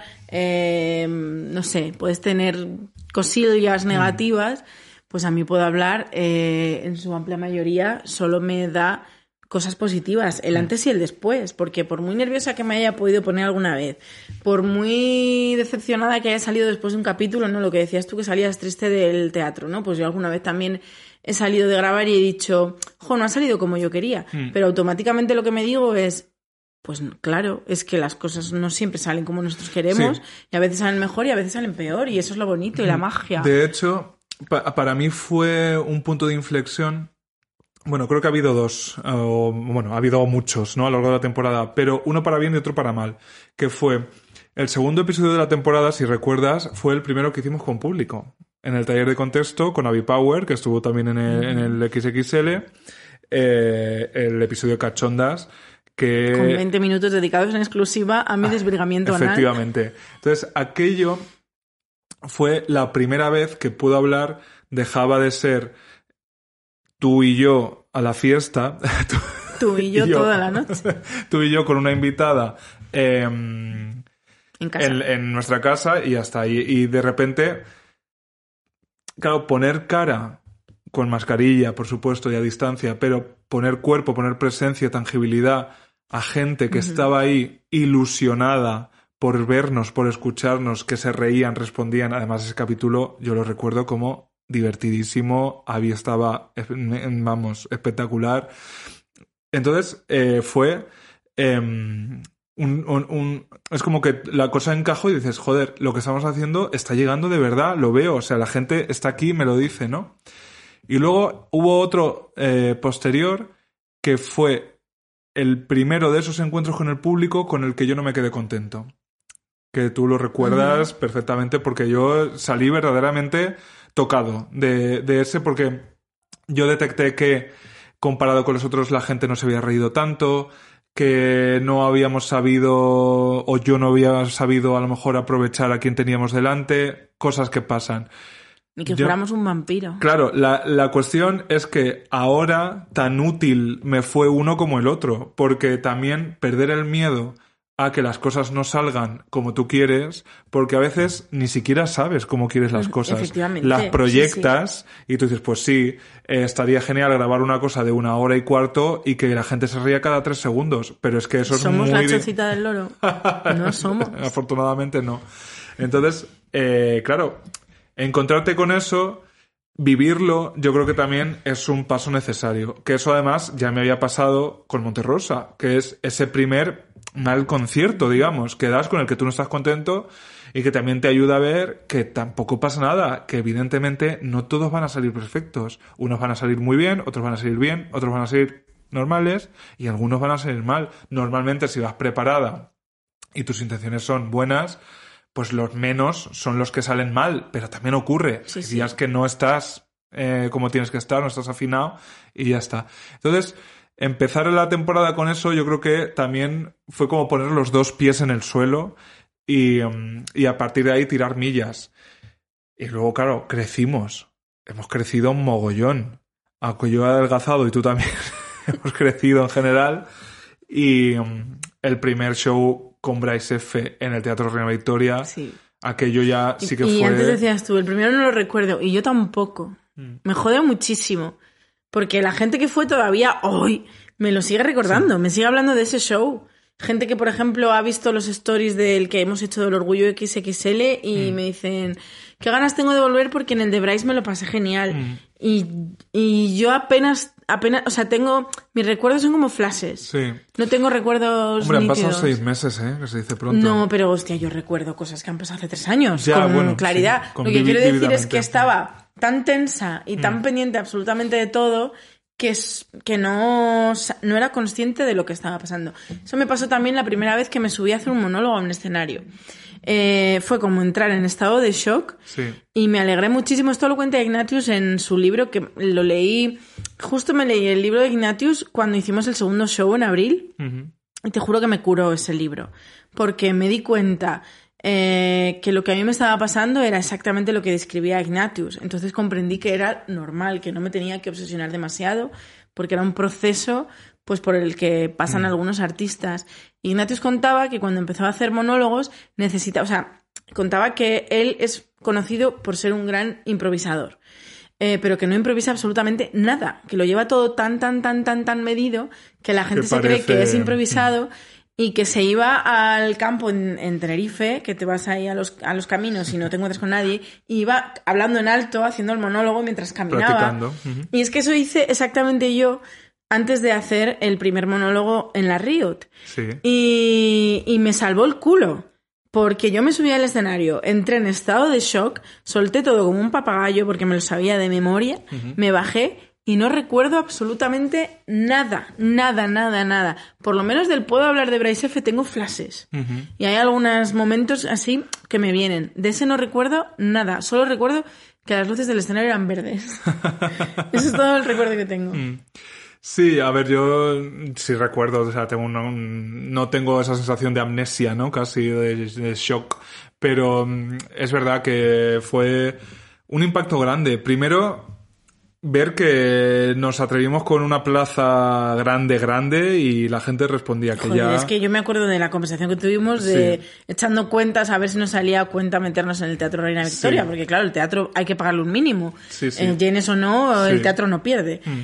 eh, no sé, puedes tener cosillas negativas, mm. pues a mí Puedo Hablar, eh, en su amplia mayoría, solo me da cosas positivas, el antes y el después, porque por muy nerviosa que me haya podido poner alguna vez, por muy decepcionada que haya salido después de un capítulo, ¿no? Lo que decías tú que salías triste del teatro, ¿no? Pues yo alguna vez también he salido de grabar y he dicho, jo, no ha salido como yo quería, mm. pero automáticamente lo que me digo es, pues claro, es que las cosas no siempre salen como nosotros queremos, sí. y a veces salen mejor y a veces salen peor, y eso es lo bonito y la magia. De hecho, pa- para mí fue un punto de inflexión. Bueno, creo que ha habido dos, o, bueno, ha habido muchos, ¿no? A lo largo de la temporada, pero uno para bien y otro para mal, que fue el segundo episodio de la temporada, si recuerdas, fue el primero que hicimos con público, en el taller de contexto con Avi Power, que estuvo también en el, en el equis equis ele, eh, el episodio Cachondas, que... Con veinte minutos dedicados en exclusiva a mi desvirgamiento ah, anal. Efectivamente. Entonces, aquello fue la primera vez que Puedo Hablar dejaba de ser tú y yo a la fiesta. tú, tú y yo, y yo toda la noche. Tú y yo con una invitada eh, en, casa. En, en nuestra casa y hasta ahí. Y de repente, claro, poner cara con mascarilla, por supuesto, y a distancia, pero poner cuerpo, poner presencia, tangibilidad a gente que uh-huh. estaba ahí ilusionada por vernos, por escucharnos, que se reían, respondían. Además, ese capítulo yo lo recuerdo como divertidísimo, Abby estaba, vamos, espectacular. Entonces, eh, fue eh, un, un, un... Es como que la cosa encajó y dices, joder, lo que estamos haciendo está llegando de verdad, lo veo, o sea, la gente está aquí y me lo dice, ¿no? Y luego hubo otro eh, posterior que fue el primero de esos encuentros con el público con el que yo no me quedé contento. Que tú lo recuerdas uh-huh. perfectamente porque yo salí verdaderamente tocado de, de ese, porque yo detecté que comparado con los otros la gente no se había reído tanto, que no habíamos sabido o yo no había sabido a lo mejor aprovechar a quien teníamos delante, cosas que pasan. Ni que yo, fuéramos un vampiro. Claro, la, la cuestión es que ahora tan útil me fue uno como el otro, porque también perder el miedo a que las cosas no salgan como tú quieres, porque a veces ni siquiera sabes cómo quieres las cosas. Efectivamente. Las proyectas sí, sí. y tú dices, pues sí, eh, estaría genial grabar una cosa de una hora y cuarto y que la gente se ría cada tres segundos, pero es que eso ¿Somos es muy... ¿Somos la chocita del loro? No somos. Afortunadamente no. Entonces, eh, claro, encontrarte con eso vivirlo yo creo que también es un paso necesario. Que eso además ya me había pasado con Monterrosa, que es ese primer mal concierto, digamos, que das con el que tú no estás contento y que también te ayuda a ver que tampoco pasa nada, que evidentemente no todos van a salir perfectos. Unos van a salir muy bien, otros van a salir bien, otros van a salir normales y algunos van a salir mal. Normalmente si vas preparada y tus intenciones son buenas, pues los menos son los que salen mal, pero también ocurre. Sí, Hay sí. días que no estás eh, como tienes que estar, no estás afinado y ya está. Entonces, empezar la temporada con eso yo creo que también fue como poner los dos pies en el suelo y, um, y a partir de ahí tirar millas. Y luego, claro, crecimos. Hemos crecido un mogollón. Aunque yo he adelgazado y tú también hemos crecido en general. Y um, el primer show con Bryce F en el Teatro Reina Victoria, Sí. aquello ya sí que y, fue... Y antes decías tú, el primero no lo recuerdo, y yo tampoco. Mm. Me jode muchísimo. Porque la gente que fue todavía hoy me lo sigue recordando, sí. Me sigue hablando de ese show. Gente que, por ejemplo, ha visto los stories del que hemos hecho del Orgullo equis equis ele y mm. me dicen, qué ganas tengo de volver porque en el de Bryce me lo pasé genial. Mm. Y, y yo apenas, apenas, o sea, tengo, mis recuerdos son como flashes. Sí. No tengo recuerdos Hombre, han nítidos. pasado seis meses, ¿eh? Que se dice pronto. No, pero hostia, yo recuerdo cosas que han pasado hace tres años. Ya, con bueno, claridad. sí, con lo que vivi- quiero decir es vividamente. que estaba tan tensa y tan Mm. pendiente absolutamente de todo que, es, que no, no era consciente de lo que estaba pasando. Eso me pasó también la primera vez que me subí a hacer un monólogo a un escenario. Eh, fue como entrar en estado de shock Sí. y me alegré muchísimo. Esto lo cuenta Ignatius en su libro, que lo leí, justo me leí el libro de Ignatius cuando hicimos el segundo show en abril. Uh-huh. Y te juro que me curó ese libro, porque me di cuenta eh, que lo que a mí me estaba pasando era exactamente lo que describía Ignatius. Entonces comprendí que era normal, que no me tenía que obsesionar demasiado, porque era un proceso pues por el que pasan mm. algunos artistas. Ignatius contaba que cuando empezó a hacer monólogos necesitaba, o sea, contaba que él es conocido por ser un gran improvisador. Eh, pero que no improvisa absolutamente nada, que lo lleva todo tan, tan, tan, tan, tan medido que la gente que se parece... cree que es improvisado y que se iba al campo en, en Tenerife, que te vas ahí a los, a los caminos y no te encuentras con nadie, y iba hablando en alto, haciendo el monólogo mientras caminaba. Practicando. Uh-huh. Y es que eso hice exactamente yo antes de hacer el primer monólogo en la Riot. Sí. Y, y me salvó el culo. Porque yo me subí al escenario, entré en estado de shock, solté todo como un papagayo porque me lo sabía de memoria, uh-huh. me bajé y no recuerdo absolutamente nada, nada, nada, nada. Por lo menos del Puedo hablar de Bryce F tengo flashes. Uh-huh. Y hay algunos momentos así que me vienen. De ese no recuerdo nada, solo recuerdo que las luces del escenario eran verdes. Eso es todo el recuerdo que tengo. Mm. Sí, a ver, yo sí recuerdo, o sea, tengo una, un, no tengo esa sensación de amnesia, ¿no? Casi de, de shock, pero um, es verdad que fue un impacto grande. Primero, ver que nos atrevimos con una plaza grande, grande y la gente respondía que Joder, ya... es que yo me acuerdo de la conversación que tuvimos de sí. echando cuentas a ver si nos salía a cuenta meternos en el Teatro Reina Victoria, sí. porque claro, el teatro hay que pagarle un mínimo. Sí, sí. Eh, llenes o no, sí. el teatro no pierde. Mm.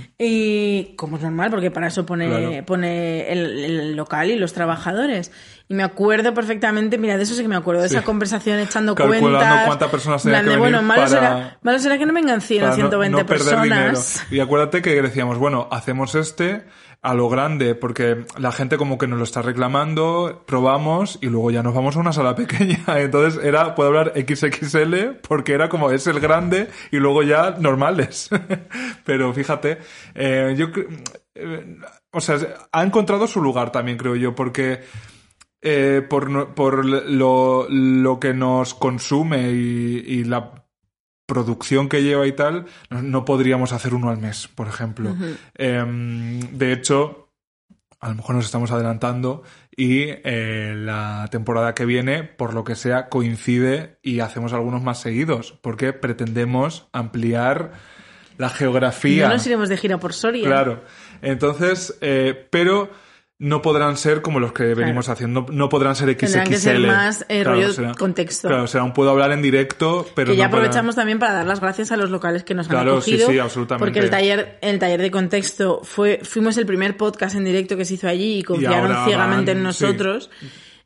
Y como es normal, porque para eso pone, claro. pone el, el local y los trabajadores. Y me acuerdo perfectamente, mira, de eso sí que me acuerdo, de esa sí. conversación echando Calculando cuentas. Calculando cuántas personas tenía que venir bueno, malo, para... será, malo será que no vengan cien o ciento veinte no, no personas. Dinero. Y acuérdate que decíamos, bueno, hacemos este a lo grande, porque la gente como que nos lo está reclamando, probamos y luego ya nos vamos a una sala pequeña. Entonces era, puedo hablar equis equis ele, porque era como, es el grande y luego ya normales. Pero fíjate, eh, yo... Eh, o sea, ha encontrado su lugar también, creo yo, porque... Eh, por, por lo, lo que nos consume y, y la producción que lleva y tal, no, no podríamos hacer uno al mes, por ejemplo. Uh-huh. Eh, de hecho, a lo mejor nos estamos adelantando y eh, la temporada que viene, por lo que sea, coincide y hacemos algunos más seguidos, porque pretendemos ampliar la geografía. No nos iremos de gira por Soria. Claro. Entonces, eh, pero... no podrán ser como los que venimos claro. haciendo, no podrán ser equis equis ele. Tendrán que ser más eh, claro, rollo será, contexto. Claro, será un puedo hablar en directo, pero que ya no aprovechamos para... también para dar las gracias a los locales que nos claro, han acogido. Sí, sí, absolutamente. Porque el taller, el taller de contexto fue, fuimos el primer podcast en directo que se hizo allí y confiaron y ciegamente van, en nosotros. Sí.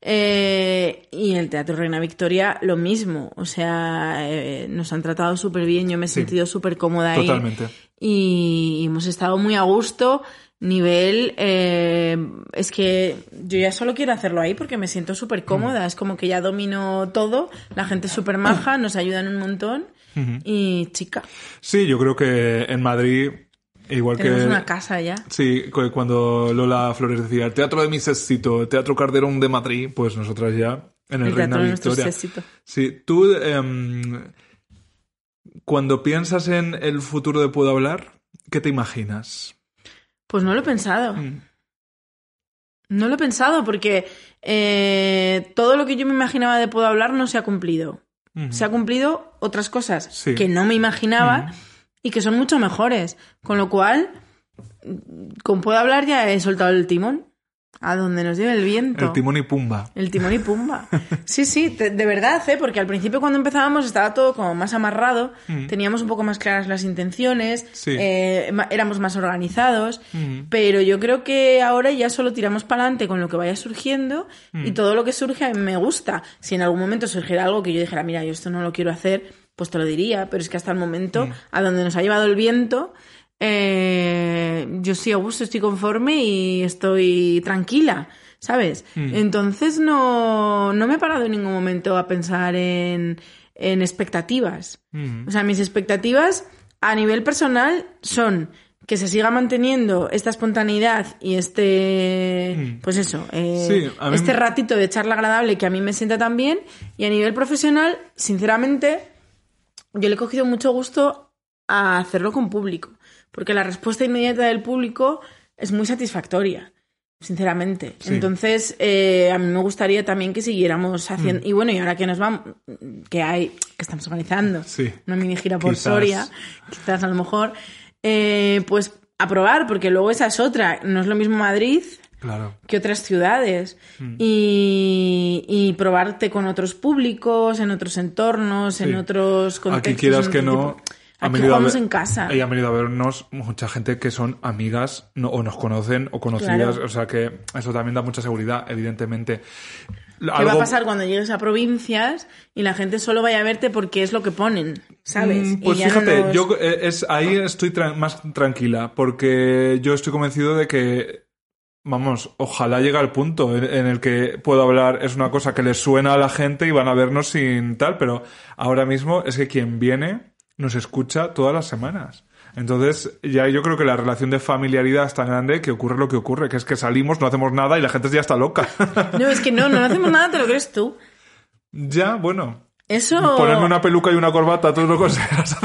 Eh, y el Teatro Reina Victoria lo mismo. O sea, eh, nos han tratado súper bien, yo me he Sí. sentido súper cómoda ahí. Totalmente. Y hemos estado muy a gusto. Nivel, eh, es que yo ya solo quiero hacerlo ahí porque me siento súper cómoda. Mm. Es como que ya domino todo, la gente es súper maja, nos ayudan un montón. Ujú. Y chica, Sí, yo creo que en Madrid, igual tenemos que... una casa ya. Sí, cu- cuando Lola Flores decía el Teatro de mi éxito, el Teatro Calderón de Madrid, pues nosotras ya en el, El Reina teatro de nuestro Victoria. éxito. Sí, tú em, cuando piensas en el futuro de Puedo Hablar, ¿qué te imaginas? Pues no lo he pensado. Mm. No lo he pensado porque eh, todo lo que yo me imaginaba de Puedo Hablar no se ha cumplido. Ujú. Se ha cumplido otras cosas Sí. que no me imaginaba Mm. y que son mucho mejores. Con lo cual, con Puedo Hablar ya he soltado el timón. A donde nos lleve el viento. El Timón y Pumba. El timón y pumba. Sí, sí, te- de verdad, ¿eh? Porque al principio cuando empezábamos estaba todo como más amarrado, Mm. teníamos un poco más claras las intenciones, Sí. eh, ma- éramos más organizados, Mm. pero yo creo que ahora ya solo tiramos para adelante con lo que vaya surgiendo y todo lo que surge a mí me gusta. Si en algún momento surgiera algo que yo dijera, mira, yo esto no lo quiero hacer, pues te lo diría, pero es que hasta el momento, a donde nos ha llevado el viento... Eh, yo estoy a gusto, estoy conforme y estoy tranquila, ¿sabes? Entonces no, no me he parado en ningún momento a pensar en, en expectativas. Mm. O sea, mis expectativas a nivel personal son que se siga manteniendo esta espontaneidad y este, Mm. pues eso, eh, Sí, a mí este me- ratito de charla agradable que a mí me sienta tan bien. Y a nivel profesional, sinceramente, yo le he cogido mucho gusto a hacerlo con público, porque la respuesta inmediata del público es muy satisfactoria, sinceramente. Sí. Entonces, eh, a mí me gustaría también que siguiéramos haciendo... Mm. Y bueno, y ahora que nos vamos, que hay, que estamos organizando Sí. una mini gira por Quizás. Soria, quizás a lo mejor, eh, pues a probar, porque luego esa es otra. No es lo mismo Madrid Claro. que otras ciudades Mm. y, y probarte con otros públicos, en otros entornos, en Sí. otros contextos. Aquí quieras en que otro no... tipo- han Aquí venido a jugamos ver- en casa. Y han venido a vernos mucha gente que son amigas no- o nos conocen o conocidas. Claro. O sea que eso también da mucha seguridad, evidentemente. ¿Qué va a pasar cuando llegues a provincias y la gente solo vaya a verte porque es lo que ponen, ¿sabes? Mm, Pues Y ya no fíjate, nos- yo eh, es, ahí estoy tra- más tranquila, porque yo estoy convencido de que, vamos, ojalá llegue al punto en, en el que puedo hablar, es una cosa que les suena a la gente y van a vernos sin tal, pero ahora mismo es que quien viene nos escucha todas las semanas. Entonces, ya yo creo que la relación de familiaridad es tan grande que ocurre lo que ocurre, que es que salimos, no hacemos nada y la gente ya está loca. No, es que no, no hacemos nada, te lo crees tú. Ya, bueno. Eso... Ponerme una peluca y una corbata, tú lo consideras.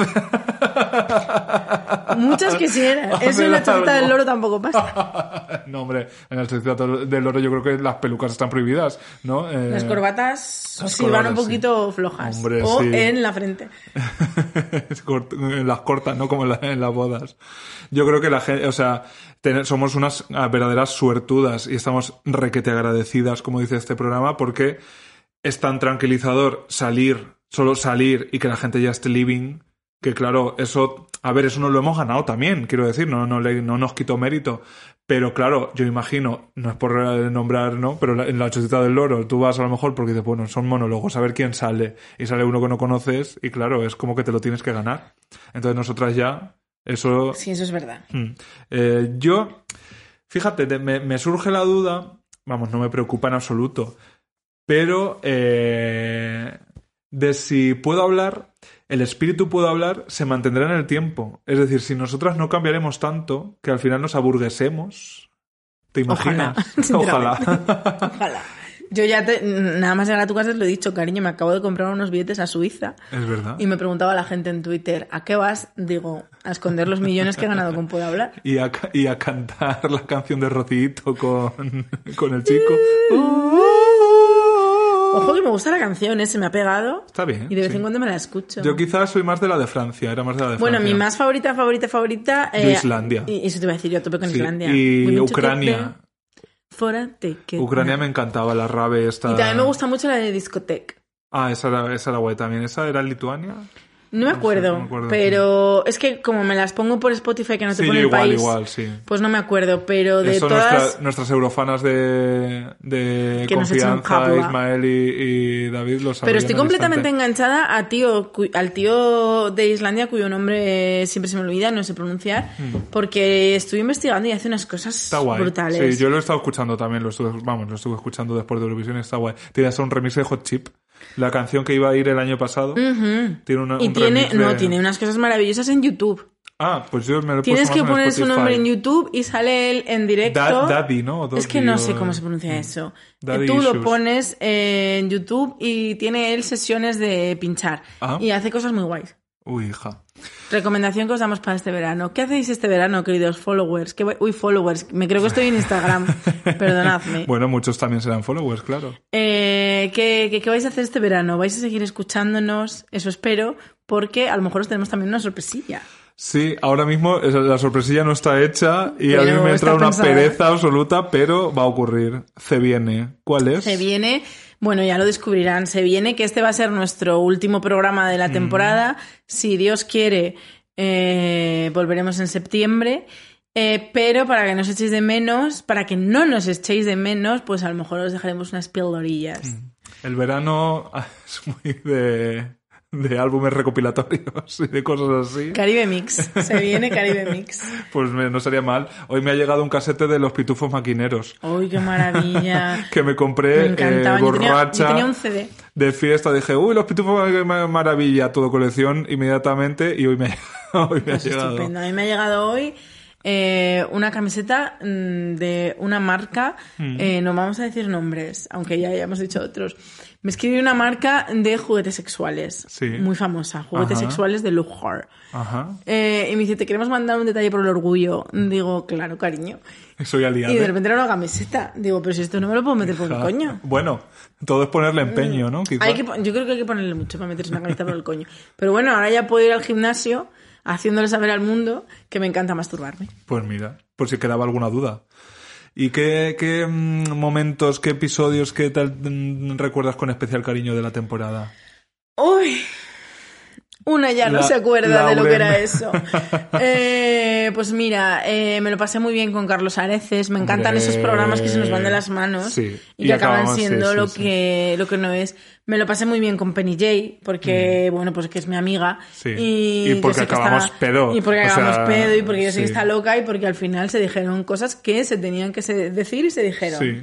Muchas quisieran. Eso en la chocita del loro tampoco pasa. No, hombre, en el Chocita del Loro yo creo que las pelucas están prohibidas, ¿no? Eh, Las corbatas las sí van corbatas, un poquito flojas. Hombre, o sí. en la frente. cort- las cortas, ¿no? Como en, la- en las bodas. Yo creo que la gente, o sea, ten- somos unas ah, verdaderas suertudas y estamos requete agradecidas, como dice este programa, porque es tan tranquilizador salir, solo salir y que la gente ya esté living, que claro, eso, a ver, eso nos lo hemos ganado también, quiero decir, no, no, le, no nos quito mérito. Pero claro, yo imagino, no es por eh, nombrar, ¿no? Pero la- en la Chocita del Loro tú vas a lo mejor porque dices, bueno, son monólogos, a ver quién sale. Y sale uno que no conoces y claro, es como que te lo tienes que ganar. Entonces nosotras ya, eso... Sí, eso es verdad. Mm. Eh, yo, fíjate, de- me, me surge la duda, vamos, no me preocupa en absoluto, pero eh, de si puedo hablar, el espíritu puedo hablar, se mantendrá en el tiempo. Es decir, si nosotras no cambiaremos tanto que al final nos aburguesemos. ¿Te imaginas? Ojalá, Ojalá. sinceramente. Ojalá. Yo ya, te, nada más llegar a tu casa, te lo he dicho, cariño, me acabo de comprar unos billetes a Suiza. Es verdad. Y me preguntaba la gente en Twitter, ¿a qué vas? Digo, a esconder los millones que he ganado con Puedo Hablar. Y a, ca- y a cantar la canción de Rocito con, con el chico. Ojo que me gusta la canción, ¿eh? Se me ha pegado. Está bien. Y de vez sí. en cuando me la escucho. Yo quizás soy más de la de Francia, era más de la de Bueno, Francia. mi más favorita, favorita, favorita... Yo Islandia. Y eso te iba a decir yo, a tope con Sí, Islandia. y Women Ucrania. together, Fuera de que... Ucrania me encantaba, la rave esta... Y también me gusta mucho la de discoteca. Ah, esa era, esa era guay también. ¿Esa era en Lituania? No me acuerdo, no sé, no me acuerdo pero sí. Es que como me las pongo por Spotify que no te sí, pone igual, el país, igual, sí. pues no me acuerdo, pero de Eso todas... Nuestra, nuestras eurofanas de, de que nos echan confianza, cabla. Ismael y, y David lo sabían. Pero estoy al completamente instante. enganchada a tío, cu- al tío de Islandia cuyo nombre siempre se me olvida, no sé pronunciar, Mm. porque estuve investigando y hace unas cosas Está guay. brutales. Sí, yo lo he estado escuchando también, lo estuve, vamos, lo estuve escuchando después de Eurovisión y está guay. Tiene hasta un remix de Hot Chip, la canción que iba a ir el año pasado. Ujú. Tiene una, Y un tiene, remix de... no, tiene unas cosas maravillosas en YouTube. Ah, pues yo me lo he Tienes puesto que más en poner su Spotify. nombre en YouTube y sale él en directo. Da- Daddy, ¿no? O Es que Doddy, no o- sé cómo se pronuncia eso. Daddy Tú lo Issues. pones en YouTube y tiene él sesiones de pinchar. Ah. Y hace cosas muy guays. Uy, hija. Recomendación que os damos para este verano. ¿Qué hacéis este verano, queridos followers? ¿Qué... Uy, followers. Me creo que estoy en Instagram. Perdonadme. Bueno, muchos también serán followers, claro. Eh, ¿qué, qué, qué vais a hacer este verano? ¿Vais a seguir escuchándonos? Eso espero, porque a lo mejor os tenemos también una sorpresilla. Sí, ahora mismo esa- la sorpresilla no está hecha y a Pero mí me está entra una pensada. pereza absoluta, pero va a ocurrir. Se viene. ¿Cuál es? Se viene, bueno, ya lo descubrirán, se viene que este va a ser nuestro último programa de la temporada. Si Dios quiere, eh, volveremos en septiembre. Eh, pero para que nos echéis de menos, para que no nos echéis de menos, pues a lo mejor os dejaremos unas píldorillas. El verano es muy de, de álbumes recopilatorios y de cosas así. Caribe Mix, se viene Caribe Mix. Pues me- no sería mal. Hoy me ha llegado un casete de Los Pitufos Maquineros ¡Uy, qué maravilla! que me compré Me eh, encantaban. Yo tenía, borracha yo tenía un C D. de fiesta. Dije, uy, Los Pitufos, qué ma- maravilla, todo colección inmediatamente y hoy me, hoy me Pues ha llegado. estupendo. A mí me ha llegado hoy eh, una camiseta mm, de una marca, eh, no vamos a decir nombres, aunque ya hayamos dicho otros. Me escribió una marca de juguetes sexuales, Sí. muy famosa, juguetes Ajá. sexuales de lujo. Ajá. Eh, y me dice, te queremos mandar un detalle por el orgullo. Digo, claro, cariño. Soy aliado. Y de repente era una camiseta. Digo, pero si esto no me lo puedo meter por el coño. Bueno, todo es ponerle empeño, ¿no? Quizá. Hay que, pon- yo creo que hay que ponerle mucho para meterse una camiseta por el coño. Pero bueno, ahora ya puedo ir al gimnasio haciéndole saber al mundo que me encanta masturbarme. Pues mira, por si quedaba alguna duda. ¿Y qué, qué mm, momentos, qué episodios, qué tal mm, recuerdas con especial cariño de la temporada? Uy, una ya no La- se acuerda de lo que Lauren. era eso. Eh, pues mira, eh, me lo pasé muy bien con Carlos Areces. Me encantan Hombre. esos programas que se nos van de las manos Sí. y, Y que acaban acabamos- sí, siendo sí, lo, sí. Que, lo que no es. Me lo pasé muy bien con Penny Jay, porque, bueno, pues que es mi amiga. Sí. Y, Y yo porque sé que acabamos está- pedo. Y porque O acabamos sea, pedo y porque yo sé sí. que está loca y porque al final se dijeron cosas que se tenían que se- decir y se dijeron. Sí.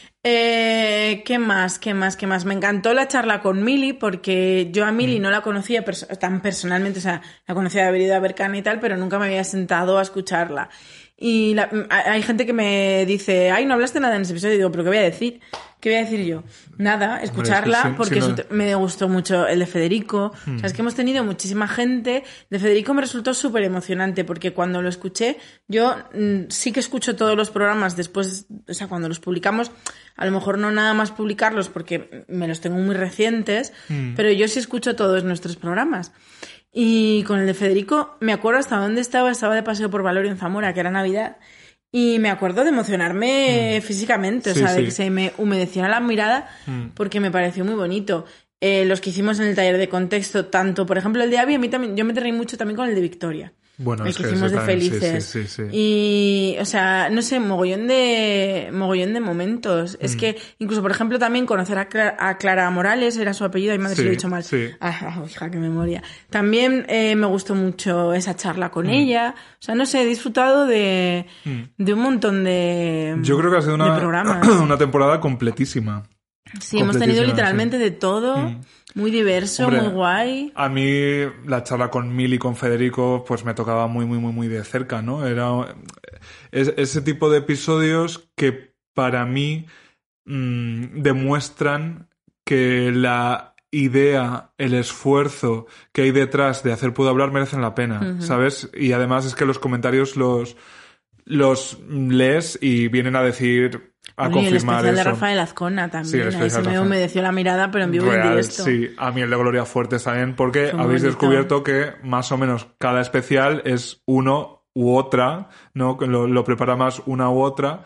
Eh, ¿Qué más? ¿Qué más? ¿Qué más? Me encantó la charla con Mili porque yo a Mili no la conocía perso- tan personalmente, o sea, la conocía de haber ido a Berkane y tal, pero nunca me había sentado a escucharla. Y la- hay gente que me dice, ay, no hablaste nada en ese episodio. Y digo, ¿pero qué voy a decir? ¿Qué voy a decir yo? Nada, escucharla, es que si- porque si eso no- te- me gustó mucho el de Federico. O sea, es que hemos tenido muchísima gente. De Federico me resultó súper emocionante, porque cuando lo escuché, yo mm, sí que escucho todos los programas después, o sea, cuando los publicamos, a lo mejor no nada más publicarlos porque me los tengo muy recientes, pero yo sí escucho todos nuestros programas. Y con el de Federico, me acuerdo hasta dónde estaba, estaba de paseo por Valorio en Zamora, que era Navidad, y me acuerdo de emocionarme físicamente, o Sí, sea, de sí. que se me humedeciera la mirada, porque me pareció muy bonito. Eh, los que hicimos en el taller de contexto, tanto, por ejemplo, el de Abby, a mí también, yo me reí mucho también con el de Victoria. Bueno, el es que que hicimos ese de también, sí, Felices. sí, sí, sí. Y, o sea, no sé, mogollón de mogollón de momentos. Es Mm. que, incluso, por ejemplo, también conocer a, Cla- a Clara Morales, era su apellido, ay madre, Sí, si lo he dicho mal. sí. Ah, hija, qué memoria. También eh, me gustó mucho esa charla con ella. O sea, no sé, he disfrutado de, de un montón de, Mm. Yo creo que ha sido de una, programas. una temporada completísima. Sí, hemos tenido completísima, literalmente sí. de todo. Mm. Muy diverso, Hombre, muy guay. A mí la charla con Mil y con Federico pues me tocaba muy, muy, muy, muy de cerca, ¿no? Era es, ese tipo de episodios que para mí mmm, demuestran que la idea, el esfuerzo que hay detrás de hacer Puedo Hablar merecen la pena, Ujú. ¿sabes? Y además es que los comentarios los, los lees y vienen a decir, a Bueno, y el confirmar especial de eso. Rafael Azcona también. Sí, el Ahí se especial me Rafael. humedeció la mirada, pero en vivo y en Real, directo. sí. A mí el de Gloria Fuertes también, porque Fue muy habéis bonito. descubierto que más o menos cada especial es uno u otra, ¿no? Que Lo, lo prepara más una u otra.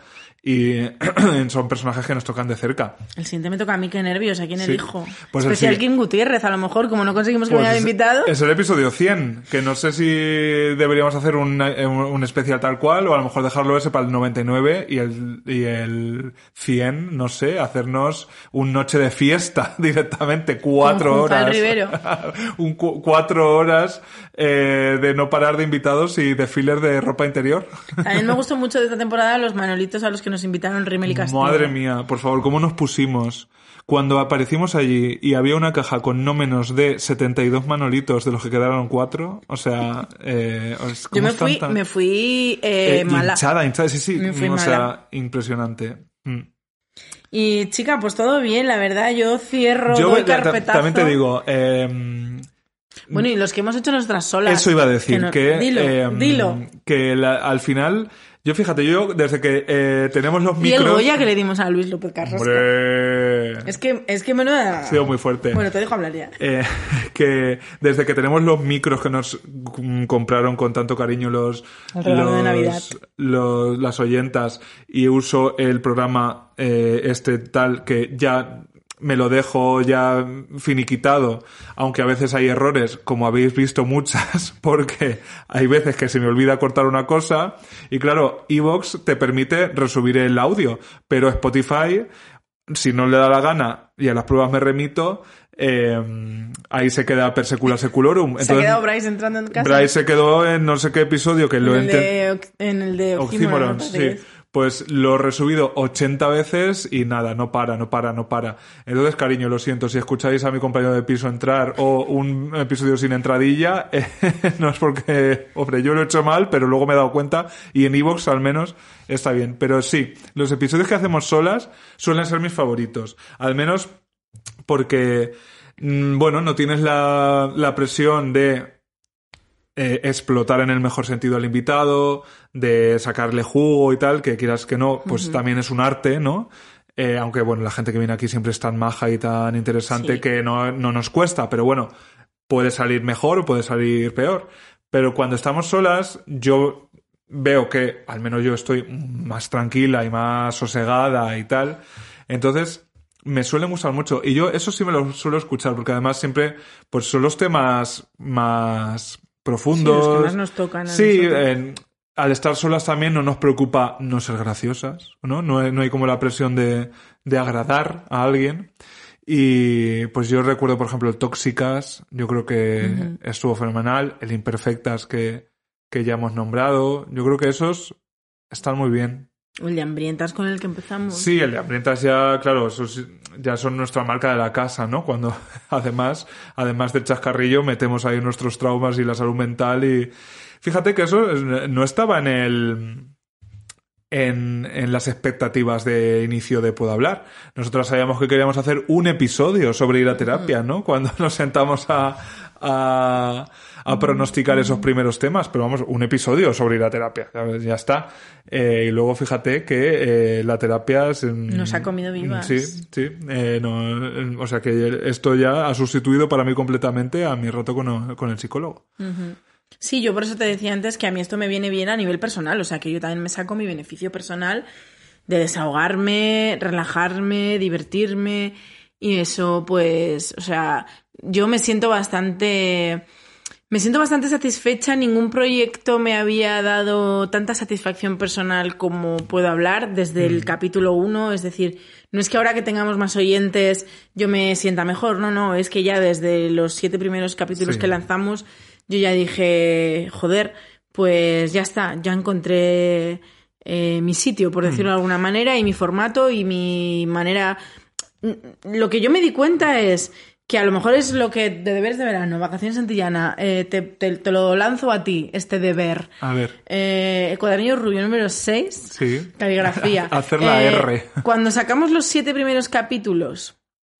y son personajes que nos tocan de cerca. El siguiente me toca a mí, qué nervios, ¿a quién Sí. elijo? Pues Especial el- Kim Gutiérrez, a lo mejor, como no conseguimos que Pues me haya es- invitado. Es el episodio cien, que no sé si deberíamos hacer un, un, un especial tal cual o a lo mejor dejarlo ese para el noventa y nueve y el, y el cien, no sé, hacernos un noche de fiesta directamente, cuatro Como Juan horas. Rivero. un cu- cuatro horas eh, de no parar de invitados y de filler de ropa interior. También me gustó mucho de esta temporada los manolitos a los que nos invitaron Rimmel y Castillo. Madre mía, por favor, ¿cómo nos pusimos? Cuando aparecimos allí y había una caja con no menos de setenta y dos manolitos, de los que quedaron cuatro, o sea... Eh, Yo ¿cómo me están fui, tan- me fui eh, Eh, mala. Hinchada, hinchada, sí, sí. Me fui o sea, mala. impresionante. Mm. Y chica, pues todo bien, la verdad, yo cierro, Yo doy ta- ta- carpetazo. también te digo, eh, Bueno, y los que hemos hecho nuestras solas. eso iba a decir, no- que, Dilo, eh, dilo. que la- al final, yo fíjate, yo desde que eh, tenemos los Y micros... el Goya que le dimos a Luis López Carrasco. Hombre, Es que, es que menuda... ha sido muy fuerte. Bueno, te dejo hablar ya. Eh, que desde que tenemos los micros que nos mm, compraron con tanto cariño los, El regalo los- de Navidad. los- las oyentas y uso el programa eh, este tal que ya me lo dejo ya finiquitado, aunque a veces hay errores, como habéis visto muchas, porque hay veces que se me olvida cortar una cosa y claro, iVoox te permite resubir el audio, pero Spotify, si no le da la gana y a las pruebas me remito, eh, ahí se queda per secula seculorum. Se ha quedado Bryce entrando en casa. Bryce se quedó en no sé qué episodio que en, lo el enten- de, Ox- en el de Oxímoron, Oxímoron, me parece que sí. es. Pues lo he resubido ochenta veces y nada, no para, no para, no para. Entonces, cariño, lo siento, si escucháis a mi compañero de piso entrar o un episodio sin entradilla, eh, no es porque, hombre, yo lo he hecho mal, pero luego me he dado cuenta y en iVoox al menos está bien. Pero sí, los episodios que hacemos solas suelen ser mis favoritos. Al menos porque, mm, bueno, no tienes la, la presión de eh, explotar en el mejor sentido al invitado, de sacarle jugo y tal, que quieras que no, pues también es un arte, ¿no? Eh, aunque, bueno, la gente que viene aquí siempre es tan maja y tan interesante Sí. que no, no nos cuesta, pero bueno, puede salir mejor o puede salir peor. Pero cuando estamos solas, yo veo que, al menos yo estoy más tranquila y más sosegada y tal, entonces me suelen gustar mucho. Y yo eso sí me lo suelo escuchar, porque además siempre, pues son los temas más profundos. Sí, los que más nos tocan a Sí, nosotros. en- al estar solas también no nos preocupa no ser graciosas, ¿no? No hay, no hay como la presión de, de agradar a alguien. Y pues yo recuerdo, por ejemplo, el Tóxicas, yo creo que Ujú. estuvo fenomenal. El Imperfectas que, que ya hemos nombrado. Yo creo que esos están muy bien. El de Hambrientas con el que empezamos. Sí, el de Hambrientas ya, claro, esos ya son nuestra marca de la casa, ¿no? Cuando además, además del chascarrillo, metemos ahí nuestros traumas y la salud mental y fíjate que eso es- no estaba en el en, en las expectativas de inicio de Puedo Hablar. Nosotros sabíamos que queríamos hacer un episodio sobre ir a terapia, ¿no? Cuando nos sentamos a, a, a pronosticar esos primeros temas, pero vamos, un episodio sobre ir a terapia, ya, ya está. Eh, y luego fíjate que eh, la terapia es, mm, Nos ha comido vivas. Sí, sí. Eh, no, o sea que esto ya ha sustituido para mí completamente a mi rato con, con el psicólogo. Ujú. Sí, yo por eso te decía antes que a mí esto me viene bien a nivel personal, o sea que yo también me saco mi beneficio personal de desahogarme, relajarme, divertirme y eso pues, o sea, yo me siento bastante... Me siento bastante satisfecha, ningún proyecto me había dado tanta satisfacción personal como Puedo Hablar desde el capítulo uno, es decir, no es que ahora que tengamos más oyentes yo me sienta mejor, no, no, es que ya desde los siete primeros capítulos Sí. que lanzamos yo ya dije, joder, pues ya está, ya encontré eh, mi sitio, por decirlo de alguna manera, y mi formato y mi manera... Lo que yo me di cuenta es que a lo mejor es lo que de deberes de verano, vacaciones antillana, eh, te, te, te lo lanzo a ti, este deber. A ver. Eh, cuadernillo rubio número seis, Sí. caligrafía. Hacer la Eh, R. Cuando sacamos los siete primeros capítulos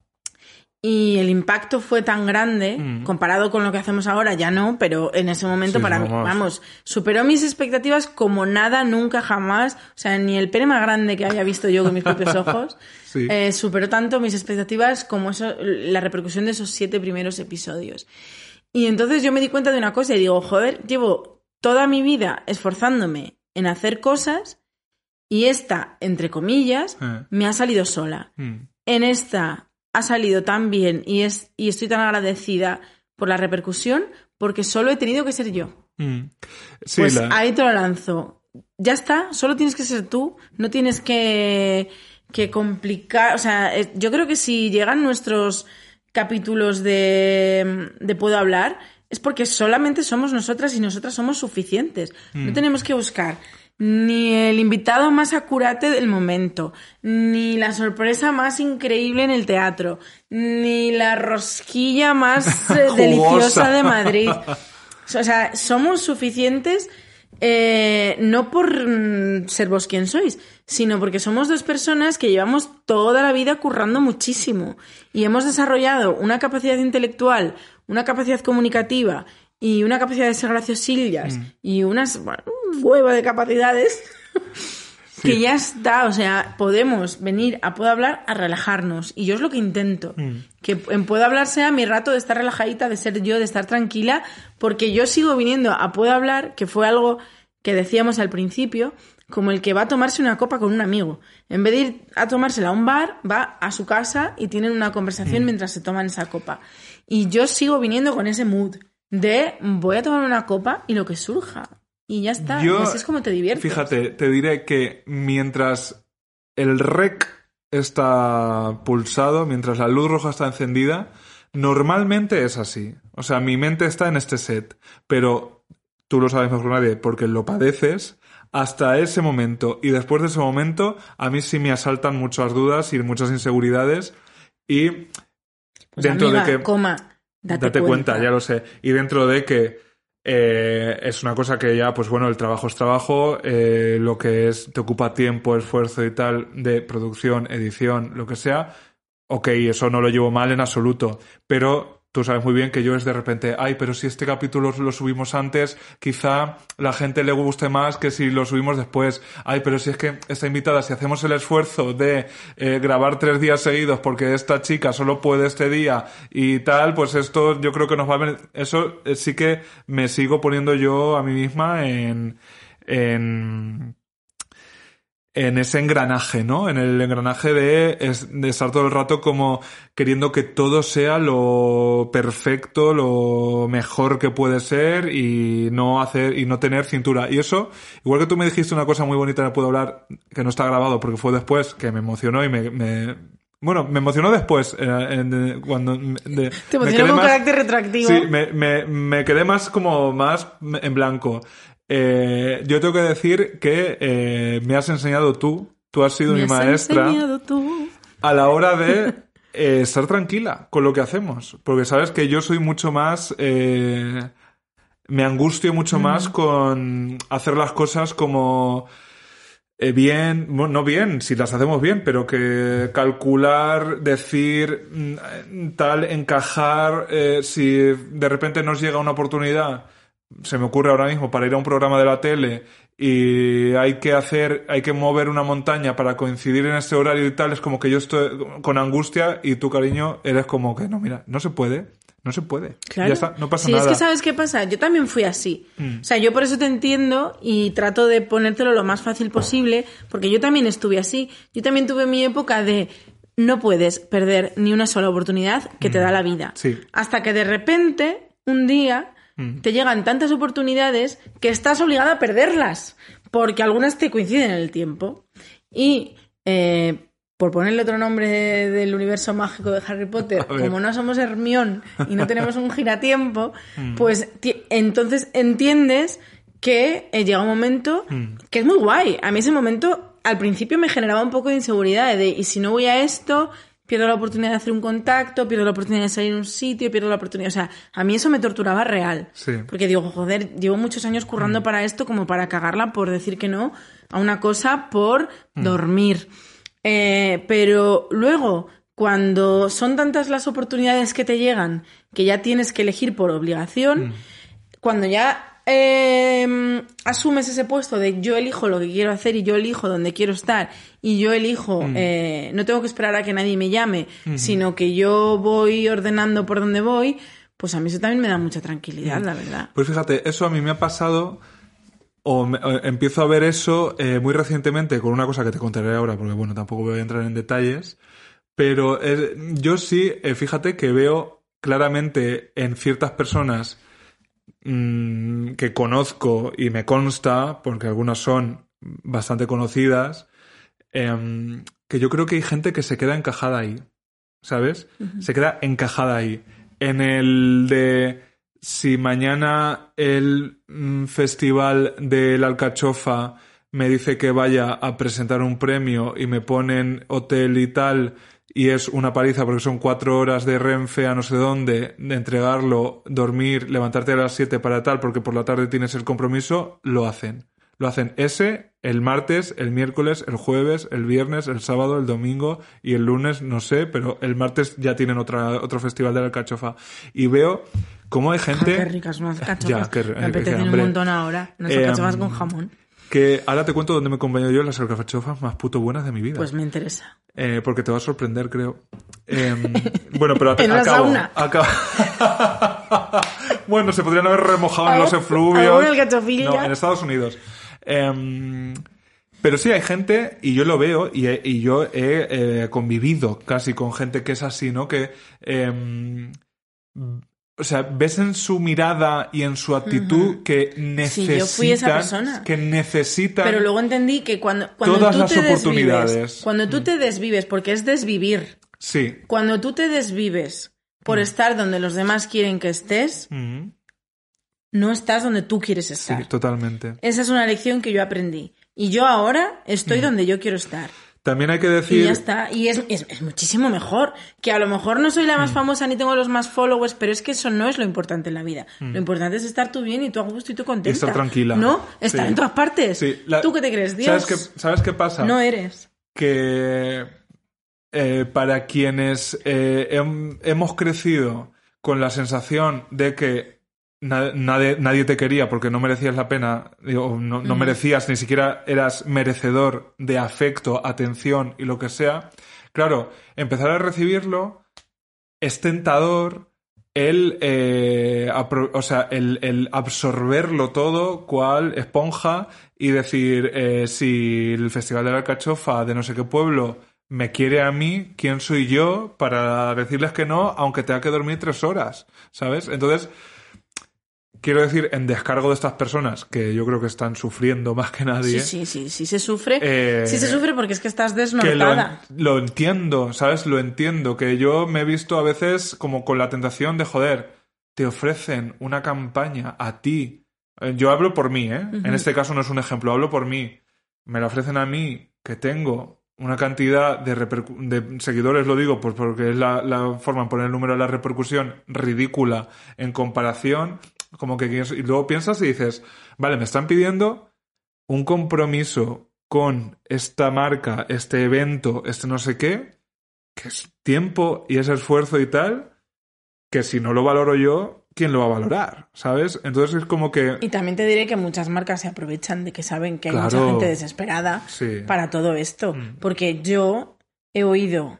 y el impacto fue tan grande, Mm. comparado con lo que hacemos ahora, ya no, pero en ese momento Sí, para mí, vamos. vamos, superó mis expectativas como nada, nunca, jamás. O sea, ni el pene más grande que haya visto yo con mis propios ojos Sí. eh, superó tanto mis expectativas como eso, la repercusión de esos siete primeros episodios. Y entonces yo me di cuenta de una cosa y digo, joder, llevo toda mi vida esforzándome en hacer cosas Y esta, entre comillas, Eh. me ha salido sola. Mm. En esta ha salido tan bien y, es, y estoy tan agradecida por la repercusión porque solo he tenido que ser yo. Mm. Sí, Pues la- ahí te lo lanzo. Ya está, solo tienes que ser tú, no tienes que, que complicar. O sea, eh, yo creo que si llegan nuestros capítulos de, de Puedo Hablar, es porque solamente somos nosotras y nosotras somos suficientes. Mm. No tenemos que buscar ni el invitado más acurate del momento, ni la sorpresa más increíble en el teatro, ni la rosquilla más eh, Jugosa. deliciosa de Madrid. O sea, somos suficientes eh, no por mm, ser vos quien sois, sino porque somos dos personas que llevamos toda la vida currando muchísimo y hemos desarrollado una capacidad intelectual, una capacidad comunicativa y una capacidad de ser graciosillas Mm. y unas, bueno, un huevo de capacidades que Sí. ya está. O sea, podemos venir a Puedo Hablar a relajarnos y yo es lo que intento. Mm. Que en Puedo Hablar sea mi rato de estar relajadita, de ser yo, de estar tranquila, porque yo sigo viniendo a Puedo Hablar, que fue algo que decíamos al principio, como el que va a tomarse una copa con un amigo. En vez de ir a tomársela a un bar, va a su casa y tienen una conversación Mm. mientras se toman esa copa. Y yo sigo viniendo con ese mood de voy a tomar una copa y lo que surja. Y ya está. Yo- y así es como te diviertes. Fíjate, te diré que mientras el rec está pulsado, mientras la luz roja está encendida, normalmente es así. O sea, mi mente está en este set, pero tú lo sabes mejor que nadie porque lo padeces. Hasta ese momento y después de ese momento, a mí sí me asaltan muchas dudas y muchas inseguridades y Pues dentro amiga, de que... coma, date, Date cuenta. cuenta, ya lo sé. Y dentro de que eh, es una cosa que ya, pues bueno, el trabajo es trabajo, eh, lo que es te ocupa tiempo, esfuerzo y tal, de producción, edición, lo que sea, ok, eso no lo llevo mal en absoluto, pero tú sabes muy bien que yo es de repente, ay, pero si este capítulo lo subimos antes, quizá la gente le guste más que si lo subimos después. Ay, pero si es que esta invitada, si hacemos el esfuerzo de eh, grabar tres días seguidos porque esta chica solo puede este día y tal, pues esto yo creo que nos va a venir. Eso eh, sí que me sigo poniendo yo a mí misma en... en en ese engranaje, ¿no? En el engranaje de, es- de estar todo el rato como queriendo que todo sea lo perfecto, lo mejor que puede ser y no hacer, y no tener cintura. Y eso, igual que tú me dijiste una cosa muy bonita en el Puedo Hablar, que no está grabado porque fue después, que me emocionó y me, me bueno, me emocionó después, eh, en- cuando... de- Te me emocionó quedé con más- carácter retroactivo. Sí, me, me, me quedé más como más en blanco. Eh, yo tengo que decir que eh, me has enseñado tú, tú has sido Me mi has maestra enseñado tú. a la hora de eh, estar tranquila con lo que hacemos. Porque sabes que yo soy mucho más... eh, me angustio mucho más con hacer las cosas como... eh, bien, bueno, no bien, si las hacemos bien, pero que calcular, decir, mm, tal, encajar, eh, si de repente nos llega una oportunidad, se me ocurre ahora mismo, para ir a un programa de la tele y hay que hacer, hay que mover una montaña para coincidir en este horario y tal, es como que yo estoy con angustia y tú, cariño, eres como que no, mira, no se puede, no se puede. Claro. Ya está, no pasa sí, nada. es que ¿sabes qué pasa? Yo también fui así. Mm. O sea, yo por eso te entiendo y trato de ponértelo lo más fácil posible, porque yo también estuve así. Yo también tuve mi época de no puedes perder ni una sola oportunidad que te da la vida. Sí. Hasta que de repente, un día, Mm. te llegan tantas oportunidades que estás obligada a perderlas, porque algunas te coinciden en el tiempo. Y... Eh, por ponerle otro nombre de- del universo mágico de Harry Potter, A ver. como no somos Hermione y no tenemos un giratiempo, pues ti- entonces entiendes que eh, llega un momento Mm. que es muy guay. A mí ese momento al principio me generaba un poco de inseguridad de, y si no voy a esto, pierdo la oportunidad de hacer un contacto, pierdo la oportunidad de salir a un sitio, pierdo la oportunidad... O sea, a mí eso me torturaba real. Sí. Porque digo, joder, llevo muchos años currando para esto como para cagarla por decir que no a una cosa por dormir. Eh, pero luego, cuando son tantas las oportunidades que te llegan que ya tienes que elegir por obligación, Mm. cuando ya eh, asumes ese puesto de yo elijo lo que quiero hacer y yo elijo dónde quiero estar y yo elijo, Mm. eh, no tengo que esperar a que nadie me llame, sino que yo voy ordenando por dónde voy, pues a mí eso también me da mucha tranquilidad, la verdad. Pues fíjate, eso a mí me ha pasado o, me, o empiezo a ver eso eh, muy recientemente con una cosa que te contaré ahora, porque bueno, tampoco voy a entrar en detalles, pero eh, yo sí, eh, fíjate que veo claramente en ciertas personas mmm, que conozco y me consta, porque algunas son bastante conocidas, eh, que yo creo que hay gente que se queda encajada ahí, ¿sabes? Uh-huh. Se queda encajada ahí. En el de... Si mañana el mm, festival de la Alcachofa me dice que vaya a presentar un premio y me ponen hotel y tal y es una paliza porque son cuatro horas de Renfe a no sé dónde, de entregarlo, dormir, levantarte a las siete para tal porque por la tarde tienes el compromiso, lo hacen. Lo hacen ese, el martes, el miércoles, el jueves, el viernes, el sábado, el domingo y el lunes, no sé, pero el martes ya tienen otra, otro festival de la Alcachofa. Y veo cómo hay gente... Qué ricas unas alcachofas. Ya, que, me apetecen un montón ahora. Unas eh, alcachofas con jamón. Que ahora te cuento dónde me acompaño yo en las alcachofas más puto buenas de mi vida. Pues me interesa. Eh, porque te va a sorprender, creo. Eh, bueno, pero en acabo, sauna. acabo. Bueno, se podrían haber remojado en los efluvios. No, en Estados Unidos. Eh, pero sí, hay gente, y yo lo veo, y, he, y yo he eh, convivido casi con gente que es así, ¿no? Que, eh, o sea, ves en su mirada y en su actitud uh-huh. que necesitan... Sí, yo fui esa persona. Que necesitan... Pero luego entendí que cuando, cuando todas tú las te oportunidades. Desvives, cuando tú te desvives, porque es desvivir. Sí. Cuando tú te desvives por uh-huh. estar donde los demás quieren que estés... Uh-huh. No estás donde tú quieres estar. Sí, totalmente. Esa es una lección que yo aprendí. Y yo ahora estoy mm. donde yo quiero estar. También hay que decir... Y ya está. Y es, es, es muchísimo mejor. Que a lo mejor no soy la más mm. famosa ni tengo los más followers, pero es que eso no es lo importante en la vida. Mm. Lo importante es estar tú bien y tú a gusto y tú contenta. Y estar tranquila. ¿No? Estar sí. en todas partes. Sí. La... ¿Tú qué te crees, Dios? ¿Sabes qué, ¿Sabes qué pasa? No eres. Que eh, para quienes eh, hem, hemos crecido con la sensación de que Nadie, nadie te quería porque no merecías la pena, digo, no, no merecías, ni siquiera eras merecedor de afecto, atención y lo que sea. Claro, empezar a recibirlo es tentador el, eh, apro- o sea, el, el absorberlo todo cual esponja y decir, eh, si el Festival de la Alcachofa de no sé qué pueblo me quiere a mí, ¿quién soy yo para decirles que no, aunque tenga que dormir tres horas? ¿Sabes? Entonces... Quiero decir, en descargo de estas personas, que yo creo que están sufriendo más que nadie... Sí, sí, sí, sí se sufre. Eh, sí se sufre porque es que estás desnortada. Que lo, lo entiendo, ¿sabes? Lo entiendo. Que yo me he visto a veces como con la tentación de, joder, te ofrecen una campaña a ti. Yo hablo por mí, ¿eh? Uh-huh. En este caso no es un ejemplo, hablo por mí. Me la ofrecen a mí, que tengo una cantidad de, repercu- de seguidores, lo digo, pues porque es la, la forma de poner el número de la repercusión ridícula en comparación... Como que y luego piensas y dices, vale, me están pidiendo un compromiso con esta marca, este evento, este no sé qué, que es tiempo y es esfuerzo y tal, que si no lo valoro yo, ¿quién lo va a valorar? ¿Sabes? Entonces es como que... Y también te diré que muchas marcas se aprovechan de que saben que hay claro, mucha gente desesperada sí. para todo esto. Mm. Porque yo he oído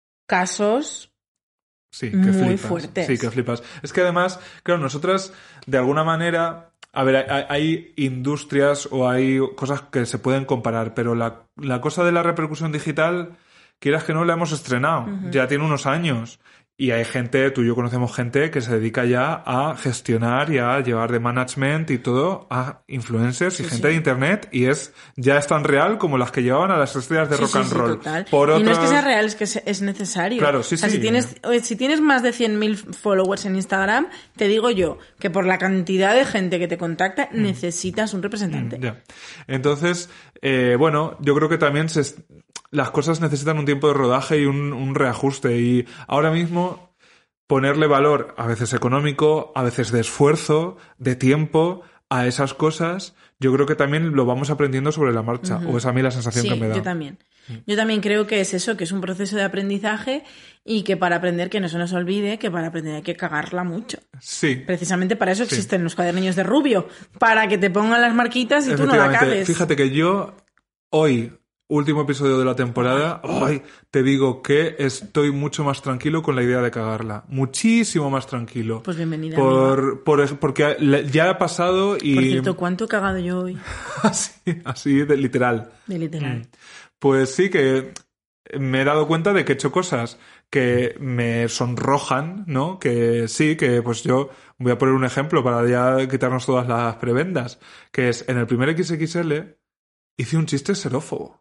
casos... Sí, que muy flipas. fuertes. Sí, que flipas. Es que además, claro, nosotras, de alguna manera, a ver, hay, hay industrias o hay cosas que se pueden comparar, pero la, la cosa de la repercusión digital, quieras que no, la hemos estrenado. Uh-huh. Ya tiene unos años. Y hay gente, tú y yo conocemos gente que se dedica ya a gestionar y a llevar de management y todo a influencers sí, y gente sí. de internet, y es ya es tan real como las que llevaban a las estrellas de sí, rock sí, and sí, roll. Total. Por y otras... no es que sea real, es que es necesario. Claro, sí, o sea, sí. Si tienes, si tienes más de cien mil followers en Instagram, te digo yo que por la cantidad de gente que te contacta mm. necesitas un representante. Mm, ya. Entonces, eh, bueno, yo creo que también se... las cosas necesitan un tiempo de rodaje y un, un reajuste. Y ahora mismo ponerle valor, a veces económico, a veces de esfuerzo, de tiempo, a esas cosas, yo creo que también lo vamos aprendiendo sobre la marcha. Uh-huh. O es a mí la sensación sí, que me da. Yo también. Yo también creo que es eso, que es un proceso de aprendizaje y que para aprender, que no se nos olvide, que para aprender hay que cagarla mucho. Sí. Precisamente para eso existen sí. los cuadernillos de Rubio, para que te pongan las marquitas y tú no la cagues. Fíjate que yo hoy último episodio de la temporada, ¡ay! Te digo que estoy mucho más tranquilo con la idea de cagarla. Muchísimo más tranquilo. Pues bienvenida. Por, por, porque ya ha pasado y... Por cierto, ¿cuánto he cagado yo hoy? así, así de literal. De literal. Mm. Pues sí que me he dado cuenta de que he hecho cosas que me sonrojan, ¿no? Que sí, que pues yo voy a poner un ejemplo para ya quitarnos todas las prebendas, que es en el primer equis equis ele hice un chiste xerófobo.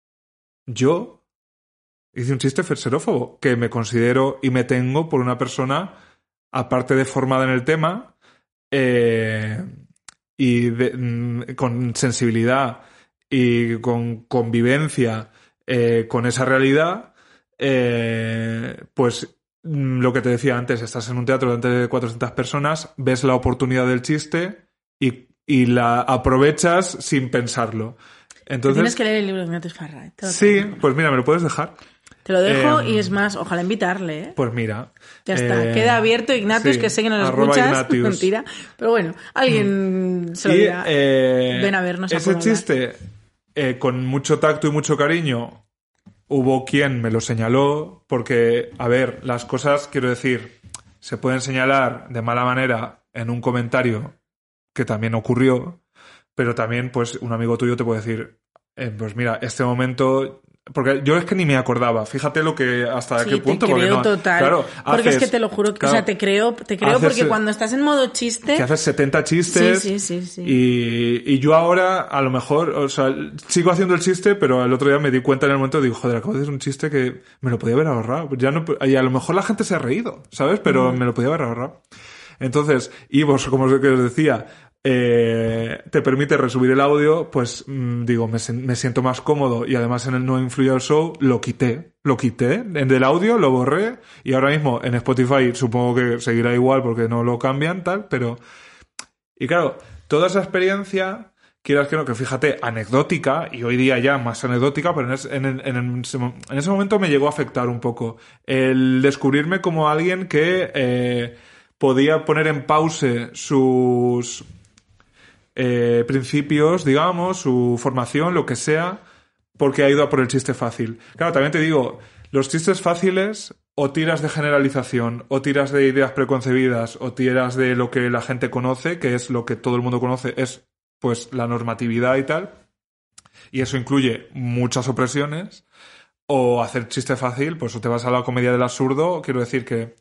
Yo hice un chiste xerófobo, que me considero y me tengo por una persona, aparte de formada en el tema, eh, y de, con sensibilidad y con convivencia eh, con esa realidad, eh, pues lo que te decía antes, estás en un teatro delante de cuatrocientas personas, ves la oportunidad del chiste y, y la aprovechas sin pensarlo. Entonces, tienes que leer el libro de Ignatius Farray. Sí, pues mira, me lo puedes dejar. Te lo dejo eh, y es más, ojalá invitarle, ¿eh? Pues mira. Ya está, eh, queda abierto Ignatius, sí, que sé que no lo escuchas. Ignatius. Mentira. Pero bueno, alguien mm. se lo y, dirá. Eh, Ven a vernos. Ese a chiste, eh, con mucho tacto y mucho cariño, hubo quien me lo señaló, porque, a ver, las cosas, quiero decir, se pueden señalar de mala manera en un comentario que también ocurrió, pero también, pues, un amigo tuyo te puede decir, eh, pues mira, este momento... Porque yo es que ni me acordaba. Fíjate lo que hasta sí, qué punto. Te creo porque no, total. Claro, porque haces, es que te lo juro. Claro, o sea, te creo, te creo haces, porque cuando estás en modo chiste... Que haces setenta chistes. Sí, sí, sí. sí. Y, y yo ahora, a lo mejor, o sea, sigo haciendo el chiste, pero el otro día me di cuenta en el momento, digo, joder, acabo de hacer un chiste que me lo podía haber ahorrado. Ya no, y a lo mejor la gente se ha reído, ¿sabes? Pero mm. me lo podía haber ahorrado. Entonces, y vos, como os decía... Eh, te permite resubir el audio, pues mmm, digo, me, me siento más cómodo y además en el no influye al show, lo quité, lo quité, en el audio lo borré y ahora mismo en Spotify supongo que seguirá igual porque no lo cambian, tal, pero... Y claro, toda esa experiencia, quieras que no, que fíjate, anecdótica, y hoy día ya más anecdótica, pero en, es, en, en, en, en ese momento me llegó a afectar un poco el descubrirme como alguien que eh, podía poner en pause sus... Eh, principios, digamos, su formación, lo que sea, porque ha ido a por el chiste fácil. Claro, también te digo, los chistes fáciles o tiras de generalización, o tiras de ideas preconcebidas, o tiras de lo que la gente conoce, que es lo que todo el mundo conoce, es pues la normatividad y tal, y eso incluye muchas opresiones, o hacer chiste fácil, pues o te vas a la comedia del absurdo, quiero decir que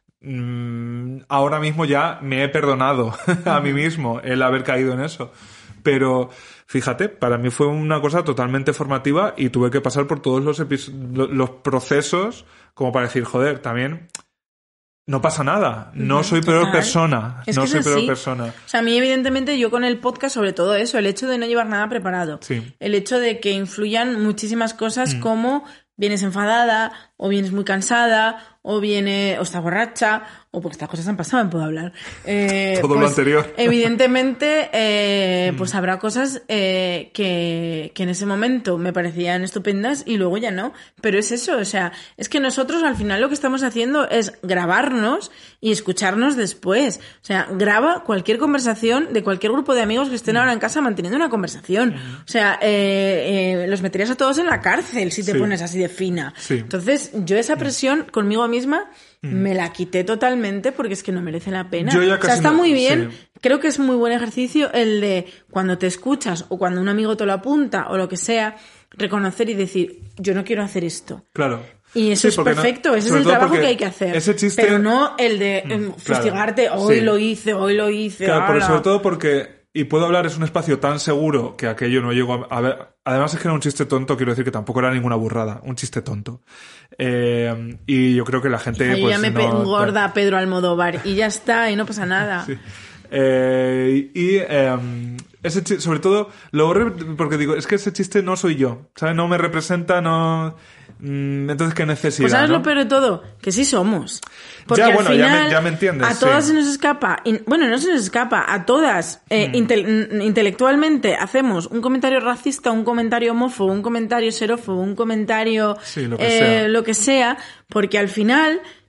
ahora mismo ya me he perdonado a mí mismo el haber caído en eso. Pero fíjate, para mí fue una cosa totalmente formativa y tuve que pasar por todos los, epi- los procesos como para decir, joder, también no pasa nada. No soy peor Total. persona. Es no que soy es peor así. persona. O sea, a mí evidentemente yo con el podcast, sobre todo eso, el hecho de no llevar nada preparado. Sí. El hecho de que influyan muchísimas cosas Mm. como vienes enfadada, o vienes muy cansada, o viene, o estás borracha, o porque estas cosas han pasado, me puedo hablar. Eh, Todo pues, lo anterior. Evidentemente, eh, Mm. pues habrá cosas eh, que, que en ese momento me parecían estupendas y luego ya no. Pero es eso, o sea, es que nosotros al final lo que estamos haciendo es grabarnos y escucharnos después. O sea, graba cualquier conversación de cualquier grupo de amigos que estén ahora en casa manteniendo una conversación. O sea, eh, eh, los meterías a todos en la cárcel si te Sí. pones así de fina. Sí. Entonces, yo esa presión conmigo misma me la quité totalmente porque es que no merece la pena. Yo ya O sea, casi está no- muy bien. sí. Creo que es muy buen ejercicio el de cuando te escuchas o cuando un amigo te lo apunta o lo que sea, reconocer y decir, yo no quiero hacer esto. Claro. Y eso Sí, es porque no- perfecto, ese es sobre el todo trabajo porque que hay que hacer. ese chiste- Pero no el de em, claro, fustigarte, hoy sí. lo hice, hoy lo hice. Claro, pero ala. sobre todo porque, y puedo hablar, es un espacio tan seguro que aquello no llegó a, a ver. Además es que era un chiste tonto, quiero decir que tampoco era ninguna burrada, un chiste tonto. Eh, y yo creo que la gente... Ay, yo pues, ya me no, pe- engorda a Pedro Almodóvar y ya está, y no pasa nada. Sí. Eh, y eh, ese chiste, sobre todo, lo borré porque digo, es que ese chiste no soy yo, ¿sabes? No me representa, no... Mm, entonces, ¿qué necesidad? Pues ¿sabes ¿no? lo peor de todo? Que sí somos. Porque Ya, al bueno, ya me- final ya me entiendes, a todas sí. se nos escapa, in- bueno, no se nos escapa, a todas eh, Mm. intel- intelectualmente hacemos un comentario racista, un comentario homófobo, un comentario xerófobo, un comentario Sí, lo que eh, sea. lo que sea, porque al final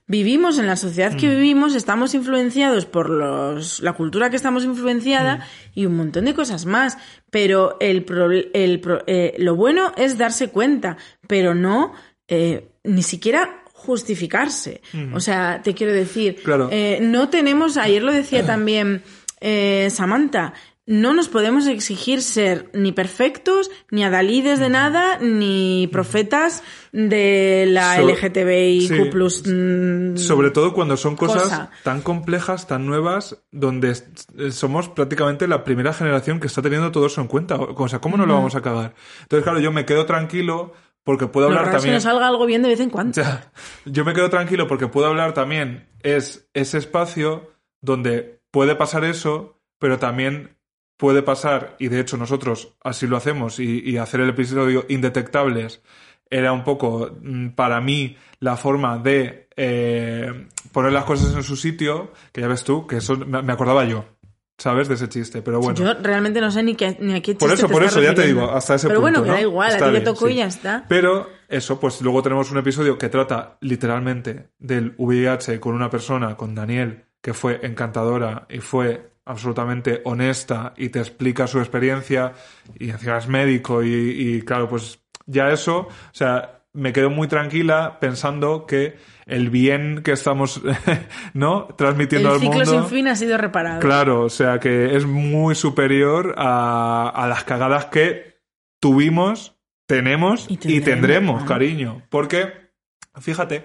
vivimos en la sociedad que mm. vivimos, estamos influenciados por los, la cultura que estamos influenciada mm. y un montón de cosas más. Pero el, pro, el pro, eh, lo bueno es darse cuenta, pero no eh, ni siquiera justificarse. Mm. O sea, te quiero decir, claro. eh, no tenemos, ayer lo decía también eh, Samantha, no nos podemos exigir ser ni perfectos, ni adalides de nada, ni profetas de la so, L G T B I Q plus. Sí. Mmm, Sobre todo cuando son cosas cosa. tan complejas, tan nuevas, donde somos prácticamente la primera generación que está teniendo todo eso en cuenta. O sea, ¿cómo no mm. lo vamos a cagar? Entonces, claro, yo me quedo tranquilo porque puedo hablar también... que nos salga algo bien de vez en cuando. Ya, yo me quedo tranquilo porque puedo hablar también, es ese espacio donde puede pasar eso, pero también puede pasar, y de hecho nosotros así lo hacemos, y, y hacer el episodio Indetectables era un poco, para mí, la forma de eh, poner las cosas en su sitio, que ya ves tú, que eso me acordaba yo, ¿sabes? De ese chiste, pero bueno. Yo realmente no sé ni, qué, ni a qué chiste Por eso, te por eso, refiriendo. Ya te digo, hasta ese pero punto, Pero bueno, que ¿no? da igual, está a ti te bien, tocó sí. y ya está. Pero eso, pues luego tenemos un episodio que trata literalmente del V I H con una persona, con Daniel, que fue encantadora y fue absolutamente honesta y te explica su experiencia y encima es médico y, y claro, pues ya eso, o sea, me quedo muy tranquila pensando que el bien que estamos ¿no? transmitiendo al mundo... El ciclo sin fin ha sido reparado. Claro, o sea, que es muy superior a, a las cagadas que tuvimos, tenemos y tendremos, y tendremos ¿no? cariño. Porque, fíjate...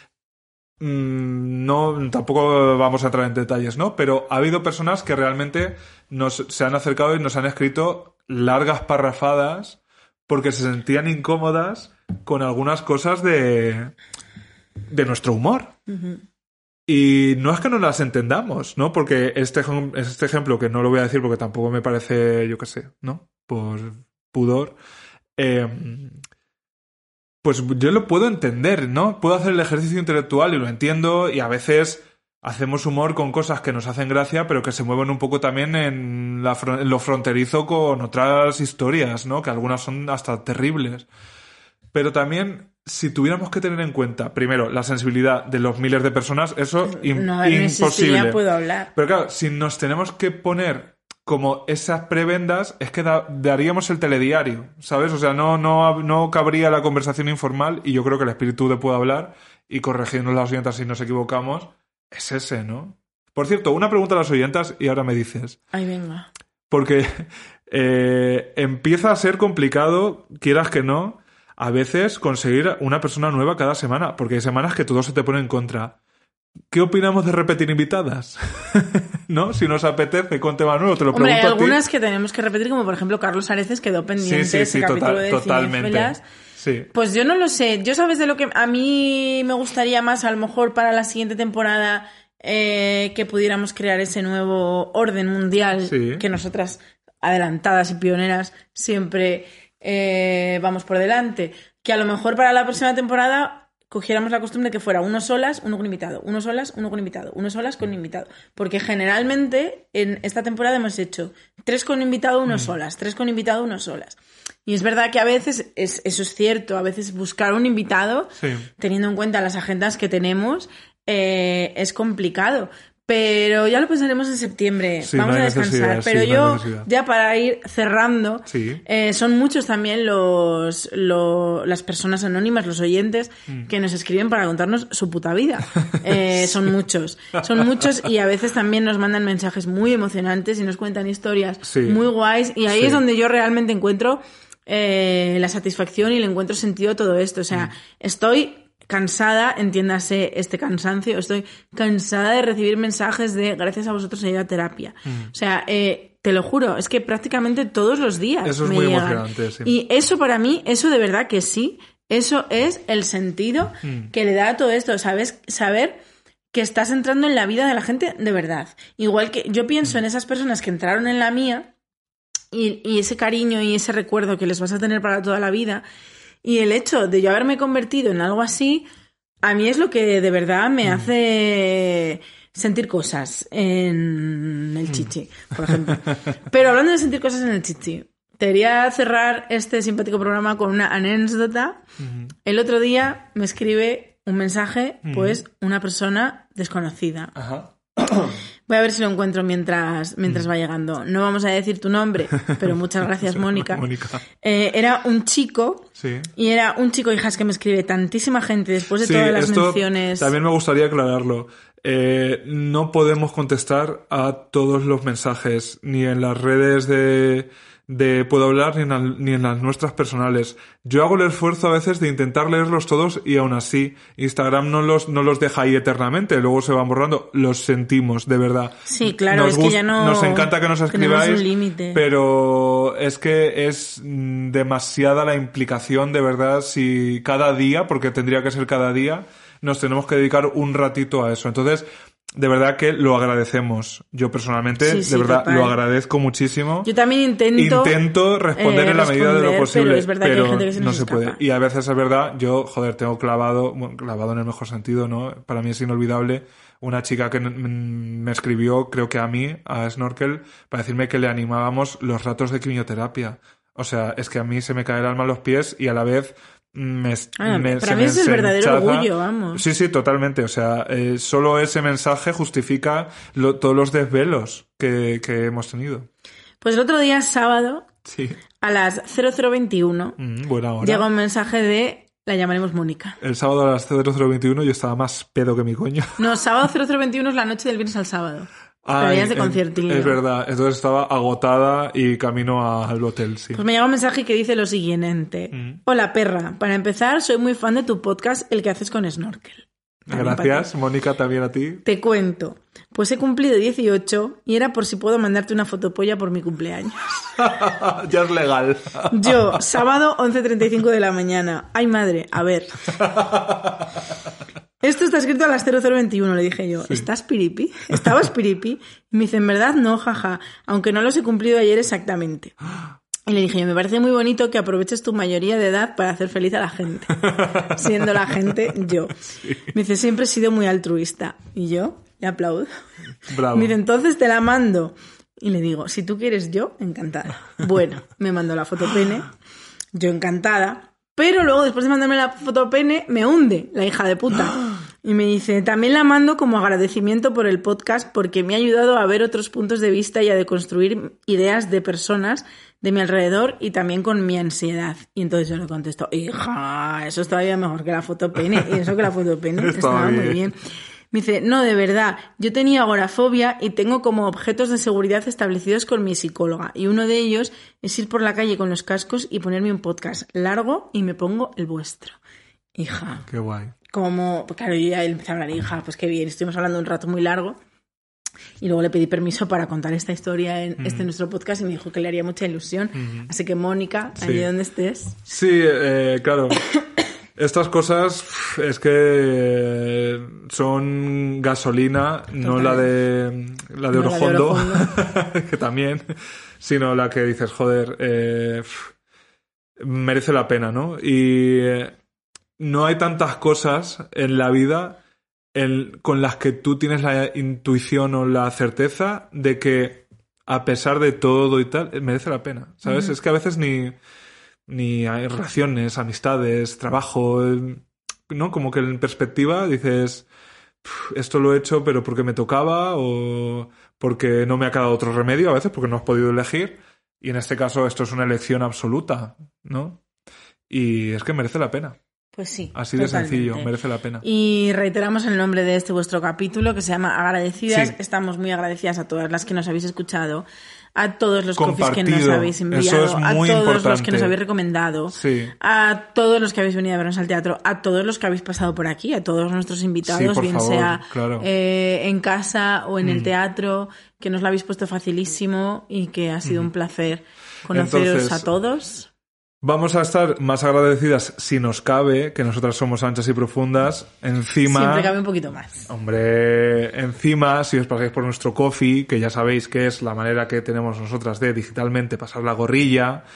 No, tampoco vamos a entrar en detalles, ¿no? Pero ha habido personas que realmente nos se han acercado y nos han escrito largas parrafadas porque se sentían incómodas con algunas cosas de, de nuestro humor. Uh-huh. Y no es que no las entendamos, ¿no? Porque este, este ejemplo, que no lo voy a decir porque tampoco me parece, yo qué sé, ¿no? Por pudor... Eh, pues yo lo puedo entender, ¿no? Puedo hacer el ejercicio intelectual y lo entiendo y a veces hacemos humor con cosas que nos hacen gracia pero que se mueven un poco también en, la, en lo fronterizo con otras historias, ¿no? Que algunas son hasta terribles. Pero también, si tuviéramos que tener en cuenta, primero, la sensibilidad de los miles de personas, eso im- no, imposible. No puedo hablar. Pero claro, si nos tenemos que poner... como esas prebendas, es que da, daríamos el telediario, ¿sabes? O sea, no, no, no cabría la conversación informal y yo creo que el espíritu de Puedo Hablar, y corregirnos las oyentas si nos equivocamos, es ese, ¿no? Por cierto, una pregunta a las oyentas y ahora me dices. Ay, venga. Porque eh, empieza a ser complicado, quieras que no, a veces conseguir una persona nueva cada semana, porque hay semanas que todo se te pone en contra. ¿Qué opinamos de repetir invitadas? ¿No? Si nos apetece con tema nuevo, te lo Hombre, pregunto hay a ti. algunas que tenemos que repetir, como por ejemplo Carlos Areces quedó pendiente sí, sí, ese sí, capítulo total, de totalmente. Cinéfilas. Sí. Pues yo no lo sé. Yo sabes de lo que a mí me gustaría más, a lo mejor para la siguiente temporada, eh, que pudiéramos crear ese nuevo orden mundial sí. que nosotras, adelantadas y pioneras, siempre eh, vamos por delante. Que a lo mejor para la próxima temporada cogiéramos la costumbre que fuera uno solas, uno con invitado, uno solas, uno con invitado, uno solas con invitado. Porque generalmente en esta temporada hemos hecho tres con invitado, uno mm. solas, tres con invitado, uno solas. Y es verdad que a veces, es, eso es cierto, a veces buscar un invitado, sí. teniendo en cuenta las agendas que tenemos, eh, es complicado. Pero ya lo pensaremos en septiembre. Sí, Vamos no a descansar. Pero sí, yo, no ya para ir cerrando, sí. eh, son muchos también los, los las personas anónimas, los oyentes, mm. que nos escriben para contarnos su puta vida. Eh, sí. Son muchos. Son muchos y a veces también nos mandan mensajes muy emocionantes y nos cuentan historias sí. muy guays. Y ahí sí. es donde yo realmente encuentro eh, la satisfacción y le encuentro sentido a todo esto. O sea, mm. estoy... cansada, entiéndase este cansancio, estoy cansada de recibir mensajes de gracias a vosotros he ido a terapia. Mm. O sea, eh, te lo juro, es que prácticamente todos los días eso es me muy llegan. Emocionante, sí. Y eso para mí, eso de verdad que sí, eso es el sentido mm. que le da a todo esto, ¿sabes? Saber que estás entrando en la vida de la gente de verdad. Igual que yo pienso mm. en esas personas que entraron en la mía y, y ese cariño y ese recuerdo que les vas a tener para toda la vida. Y el hecho de yo haberme convertido en algo así, a mí es lo que de verdad me mm. hace sentir cosas en el chichi, por ejemplo. Pero hablando de sentir cosas en el chichi, te quería cerrar este simpático programa con una anécdota. Mm-hmm. El otro día me escribe un mensaje, pues, uh-huh. una persona desconocida. Ajá. Voy a ver si lo encuentro mientras, mientras va llegando. No vamos a decir tu nombre, pero muchas gracias, Mónica. Mónica. Eh, era un chico, sí. y era un chico, hijas, que me escribe tantísima gente después de sí, todas las esto menciones. También me gustaría aclararlo. Eh, no podemos contestar a todos los mensajes, ni en las redes de... de Puedo Hablar ni en, la, ni en las nuestras personales. Yo hago el esfuerzo a veces de intentar leerlos todos y aún así Instagram no los, no los deja ahí eternamente, luego se van borrando. Los sentimos, de verdad. Sí, claro, nos es que ya no... Nos encanta que nos escribáis, un límite. Pero es que es demasiada la implicación, de verdad, si cada día, porque tendría que ser cada día, nos tenemos que dedicar un ratito a eso. Entonces... de verdad que lo agradecemos. Yo personalmente, sí, sí, de verdad, total. lo agradezco muchísimo. Yo también intento... Intento responder eh, en la medida de lo posible, pero es verdad pero que hay gente que se no nos se escapa. puede. Y a veces es verdad, yo, joder, tengo clavado, bueno, clavado en el mejor sentido, ¿no? Para mí es inolvidable una chica que me escribió, creo que a mí, a Snorkel, para decirme que le animábamos los ratos de quimioterapia. O sea, es que a mí se me cae el alma a los pies y a la vez... Me, ah, me, para mí me es el verdadero enchaza. orgullo, vamos. Sí, sí, totalmente. O sea, eh, solo ese mensaje justifica lo, todos los desvelos que, que hemos tenido. Pues el otro día, sábado, sí. a las cero cero veintiuno, mm, buena hora. llega un mensaje de... la llamaremos Mónica. El sábado a las cero cero veintiuno yo estaba más pedo que mi coño. No, sábado cero cero veintiuno es la noche del viernes al sábado. Ay, Pero ya es de conciertillo. Es verdad, entonces estaba agotada y camino a, al hotel, sí. Pues me llega un mensaje que dice lo siguiente. Mm. Hola, perra. Para empezar, soy muy fan de tu podcast, el que haces con Snorkel. También gracias, Mónica, también a ti. Te cuento. Pues he cumplido dieciocho y era por si puedo mandarte una fotopolla por mi cumpleaños. Ya es legal. Yo, sábado, once treinta y cinco de la mañana. Ay, madre, a ver... Esto está escrito a las cero cero veintiuno, le dije yo. Sí. ¿Estás piripi? ¿Estabas piripi? Y me dice, en verdad no, jaja, aunque no los he cumplido ayer exactamente. Y le dije yo, me parece muy bonito que aproveches tu mayoría de edad para hacer feliz a la gente. Siendo la gente yo. Sí. Me dice, siempre he sido muy altruista. Y yo, le aplaudo. Bravo. Me dice, entonces te la mando. Y le digo, si tú quieres yo, encantada. Bueno, me mandó la foto pene. Yo encantada. Pero luego, después de mandarme la foto pene, me hunde la hija de puta. Y me dice, también la mando como agradecimiento por el podcast porque me ha ayudado a ver otros puntos de vista y a deconstruir ideas de personas de mi alrededor y también con mi ansiedad. Y entonces yo le contesto, hija, eso es todavía mejor que la foto pene. Y eso que la foto pene estaba bien. Muy bien. Me dice, no, de verdad, yo tenía agorafobia y tengo como objetos de seguridad establecidos con mi psicóloga. Y uno de ellos es ir por la calle con los cascos y ponerme un podcast largo y me pongo el vuestro. Hija. Qué guay. Como, pues claro, yo ya empecé a hablar, hija, pues qué bien, estuvimos hablando un rato muy largo. Y luego le pedí permiso para contar esta historia en mm. este nuestro podcast y me dijo que le haría mucha ilusión. Mm. Así que, Mónica, sí. allí donde estés. Sí, eh, claro. Estas cosas es que son gasolina, total. no la de la de no Orojondo, la de que también, sino la que dices, joder, eh, merece la pena, ¿no? Y eh, no hay tantas cosas en la vida en, con las que tú tienes la intuición o la certeza de que a pesar de todo y tal, merece la pena, ¿sabes? Uh-huh. Es que a veces ni... ni hay relaciones, amistades, trabajo, ¿no? Como que en perspectiva dices, esto lo he hecho pero porque me tocaba o porque no me ha quedado otro remedio, a veces porque no has podido elegir, y en este caso esto es una elección absoluta, ¿no? Y es que merece la pena. Pues sí. Así de totalmente. Sencillo, merece la pena. Y reiteramos el nombre de este vuestro capítulo que se llama Agradecidas. Sí. Estamos muy agradecidas a todas las que nos habéis escuchado, a todos los coffees que nos habéis enviado, es a todos importante. los que nos habéis recomendado, sí. a todos los que habéis venido a vernos al teatro, a todos los que habéis pasado por aquí, a todos nuestros invitados, sí, bien favor, sea claro. eh, en casa o en mm. el teatro, que nos lo habéis puesto facilísimo y que ha sido mm. un placer conoceros Entonces, a todos. Vamos a estar más agradecidas si nos cabe, que nosotras somos anchas y profundas. Encima... Siempre cabe un poquito más. Hombre, encima, si os pasáis por nuestro coffee, que ya sabéis que es la manera que tenemos nosotras de digitalmente pasar la gorrilla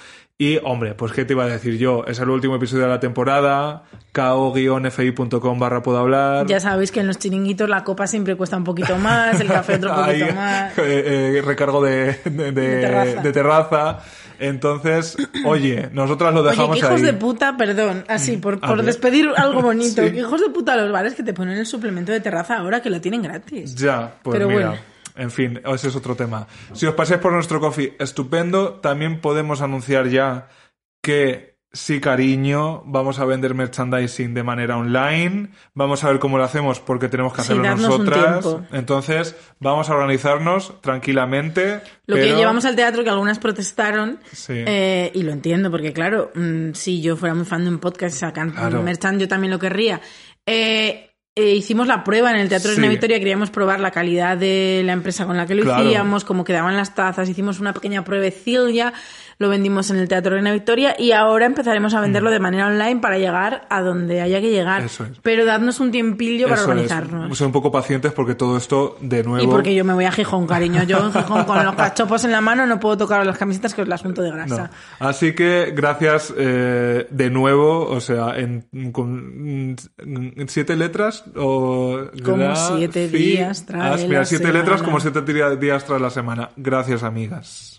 Y, hombre, pues qué te iba a decir yo, es el último episodio de la temporada, ko-fi.com barra puedo hablar. Ya sabéis que en los chiringuitos la copa siempre cuesta un poquito más, el café otro poquito Ahí, más. Eh, eh, recargo de, de, de, De terraza. de terraza. Entonces, oye, nosotras lo dejamos Oye, que hijos ahí. de puta, perdón, así, por, A por ver. despedir algo bonito, Sí. que hijos de puta los bares que te ponen el suplemento de terraza ahora que lo tienen gratis. Ya, pues Pero mira. bueno. En fin, ese es otro tema. Si os pasáis por nuestro coffee, estupendo. También podemos anunciar ya que sí, cariño, vamos a vender merchandising de manera online. Vamos a ver cómo lo hacemos porque tenemos que Sí, hacerlo dadnos un nosotras. tiempo. Entonces, vamos a organizarnos tranquilamente. Lo pero... que llevamos al teatro, que algunas protestaron, Sí. eh, y lo entiendo, porque claro, mmm, si yo fuera muy fan de un podcast y sacan Claro. merchan, yo también lo querría. Eh, eh, hicimos la prueba en el Teatro Sí. Reina Victoria, queríamos probar la calidad de la empresa con la que lo Claro. hacíamos, cómo quedaban las tazas, hicimos una pequeña pruebecilla, lo vendimos en el Teatro Reina Victoria y ahora empezaremos a venderlo de manera online para llegar a donde haya que llegar. Eso es. Pero dadnos un tiempillo para Eso organizarnos. es. Ser un poco pacientes porque todo esto, de nuevo... Y porque yo me voy a Gijón, cariño. Yo en Gijón con los cachopos en la mano no puedo tocar las camisetas, que es el asunto de grasa. No. Así que gracias eh, de nuevo, o sea, en, con en siete letras o... Como gra- siete fi- días trae as- Mira, la siete semana. letras como siete di- días tras la semana. Gracias, amigas.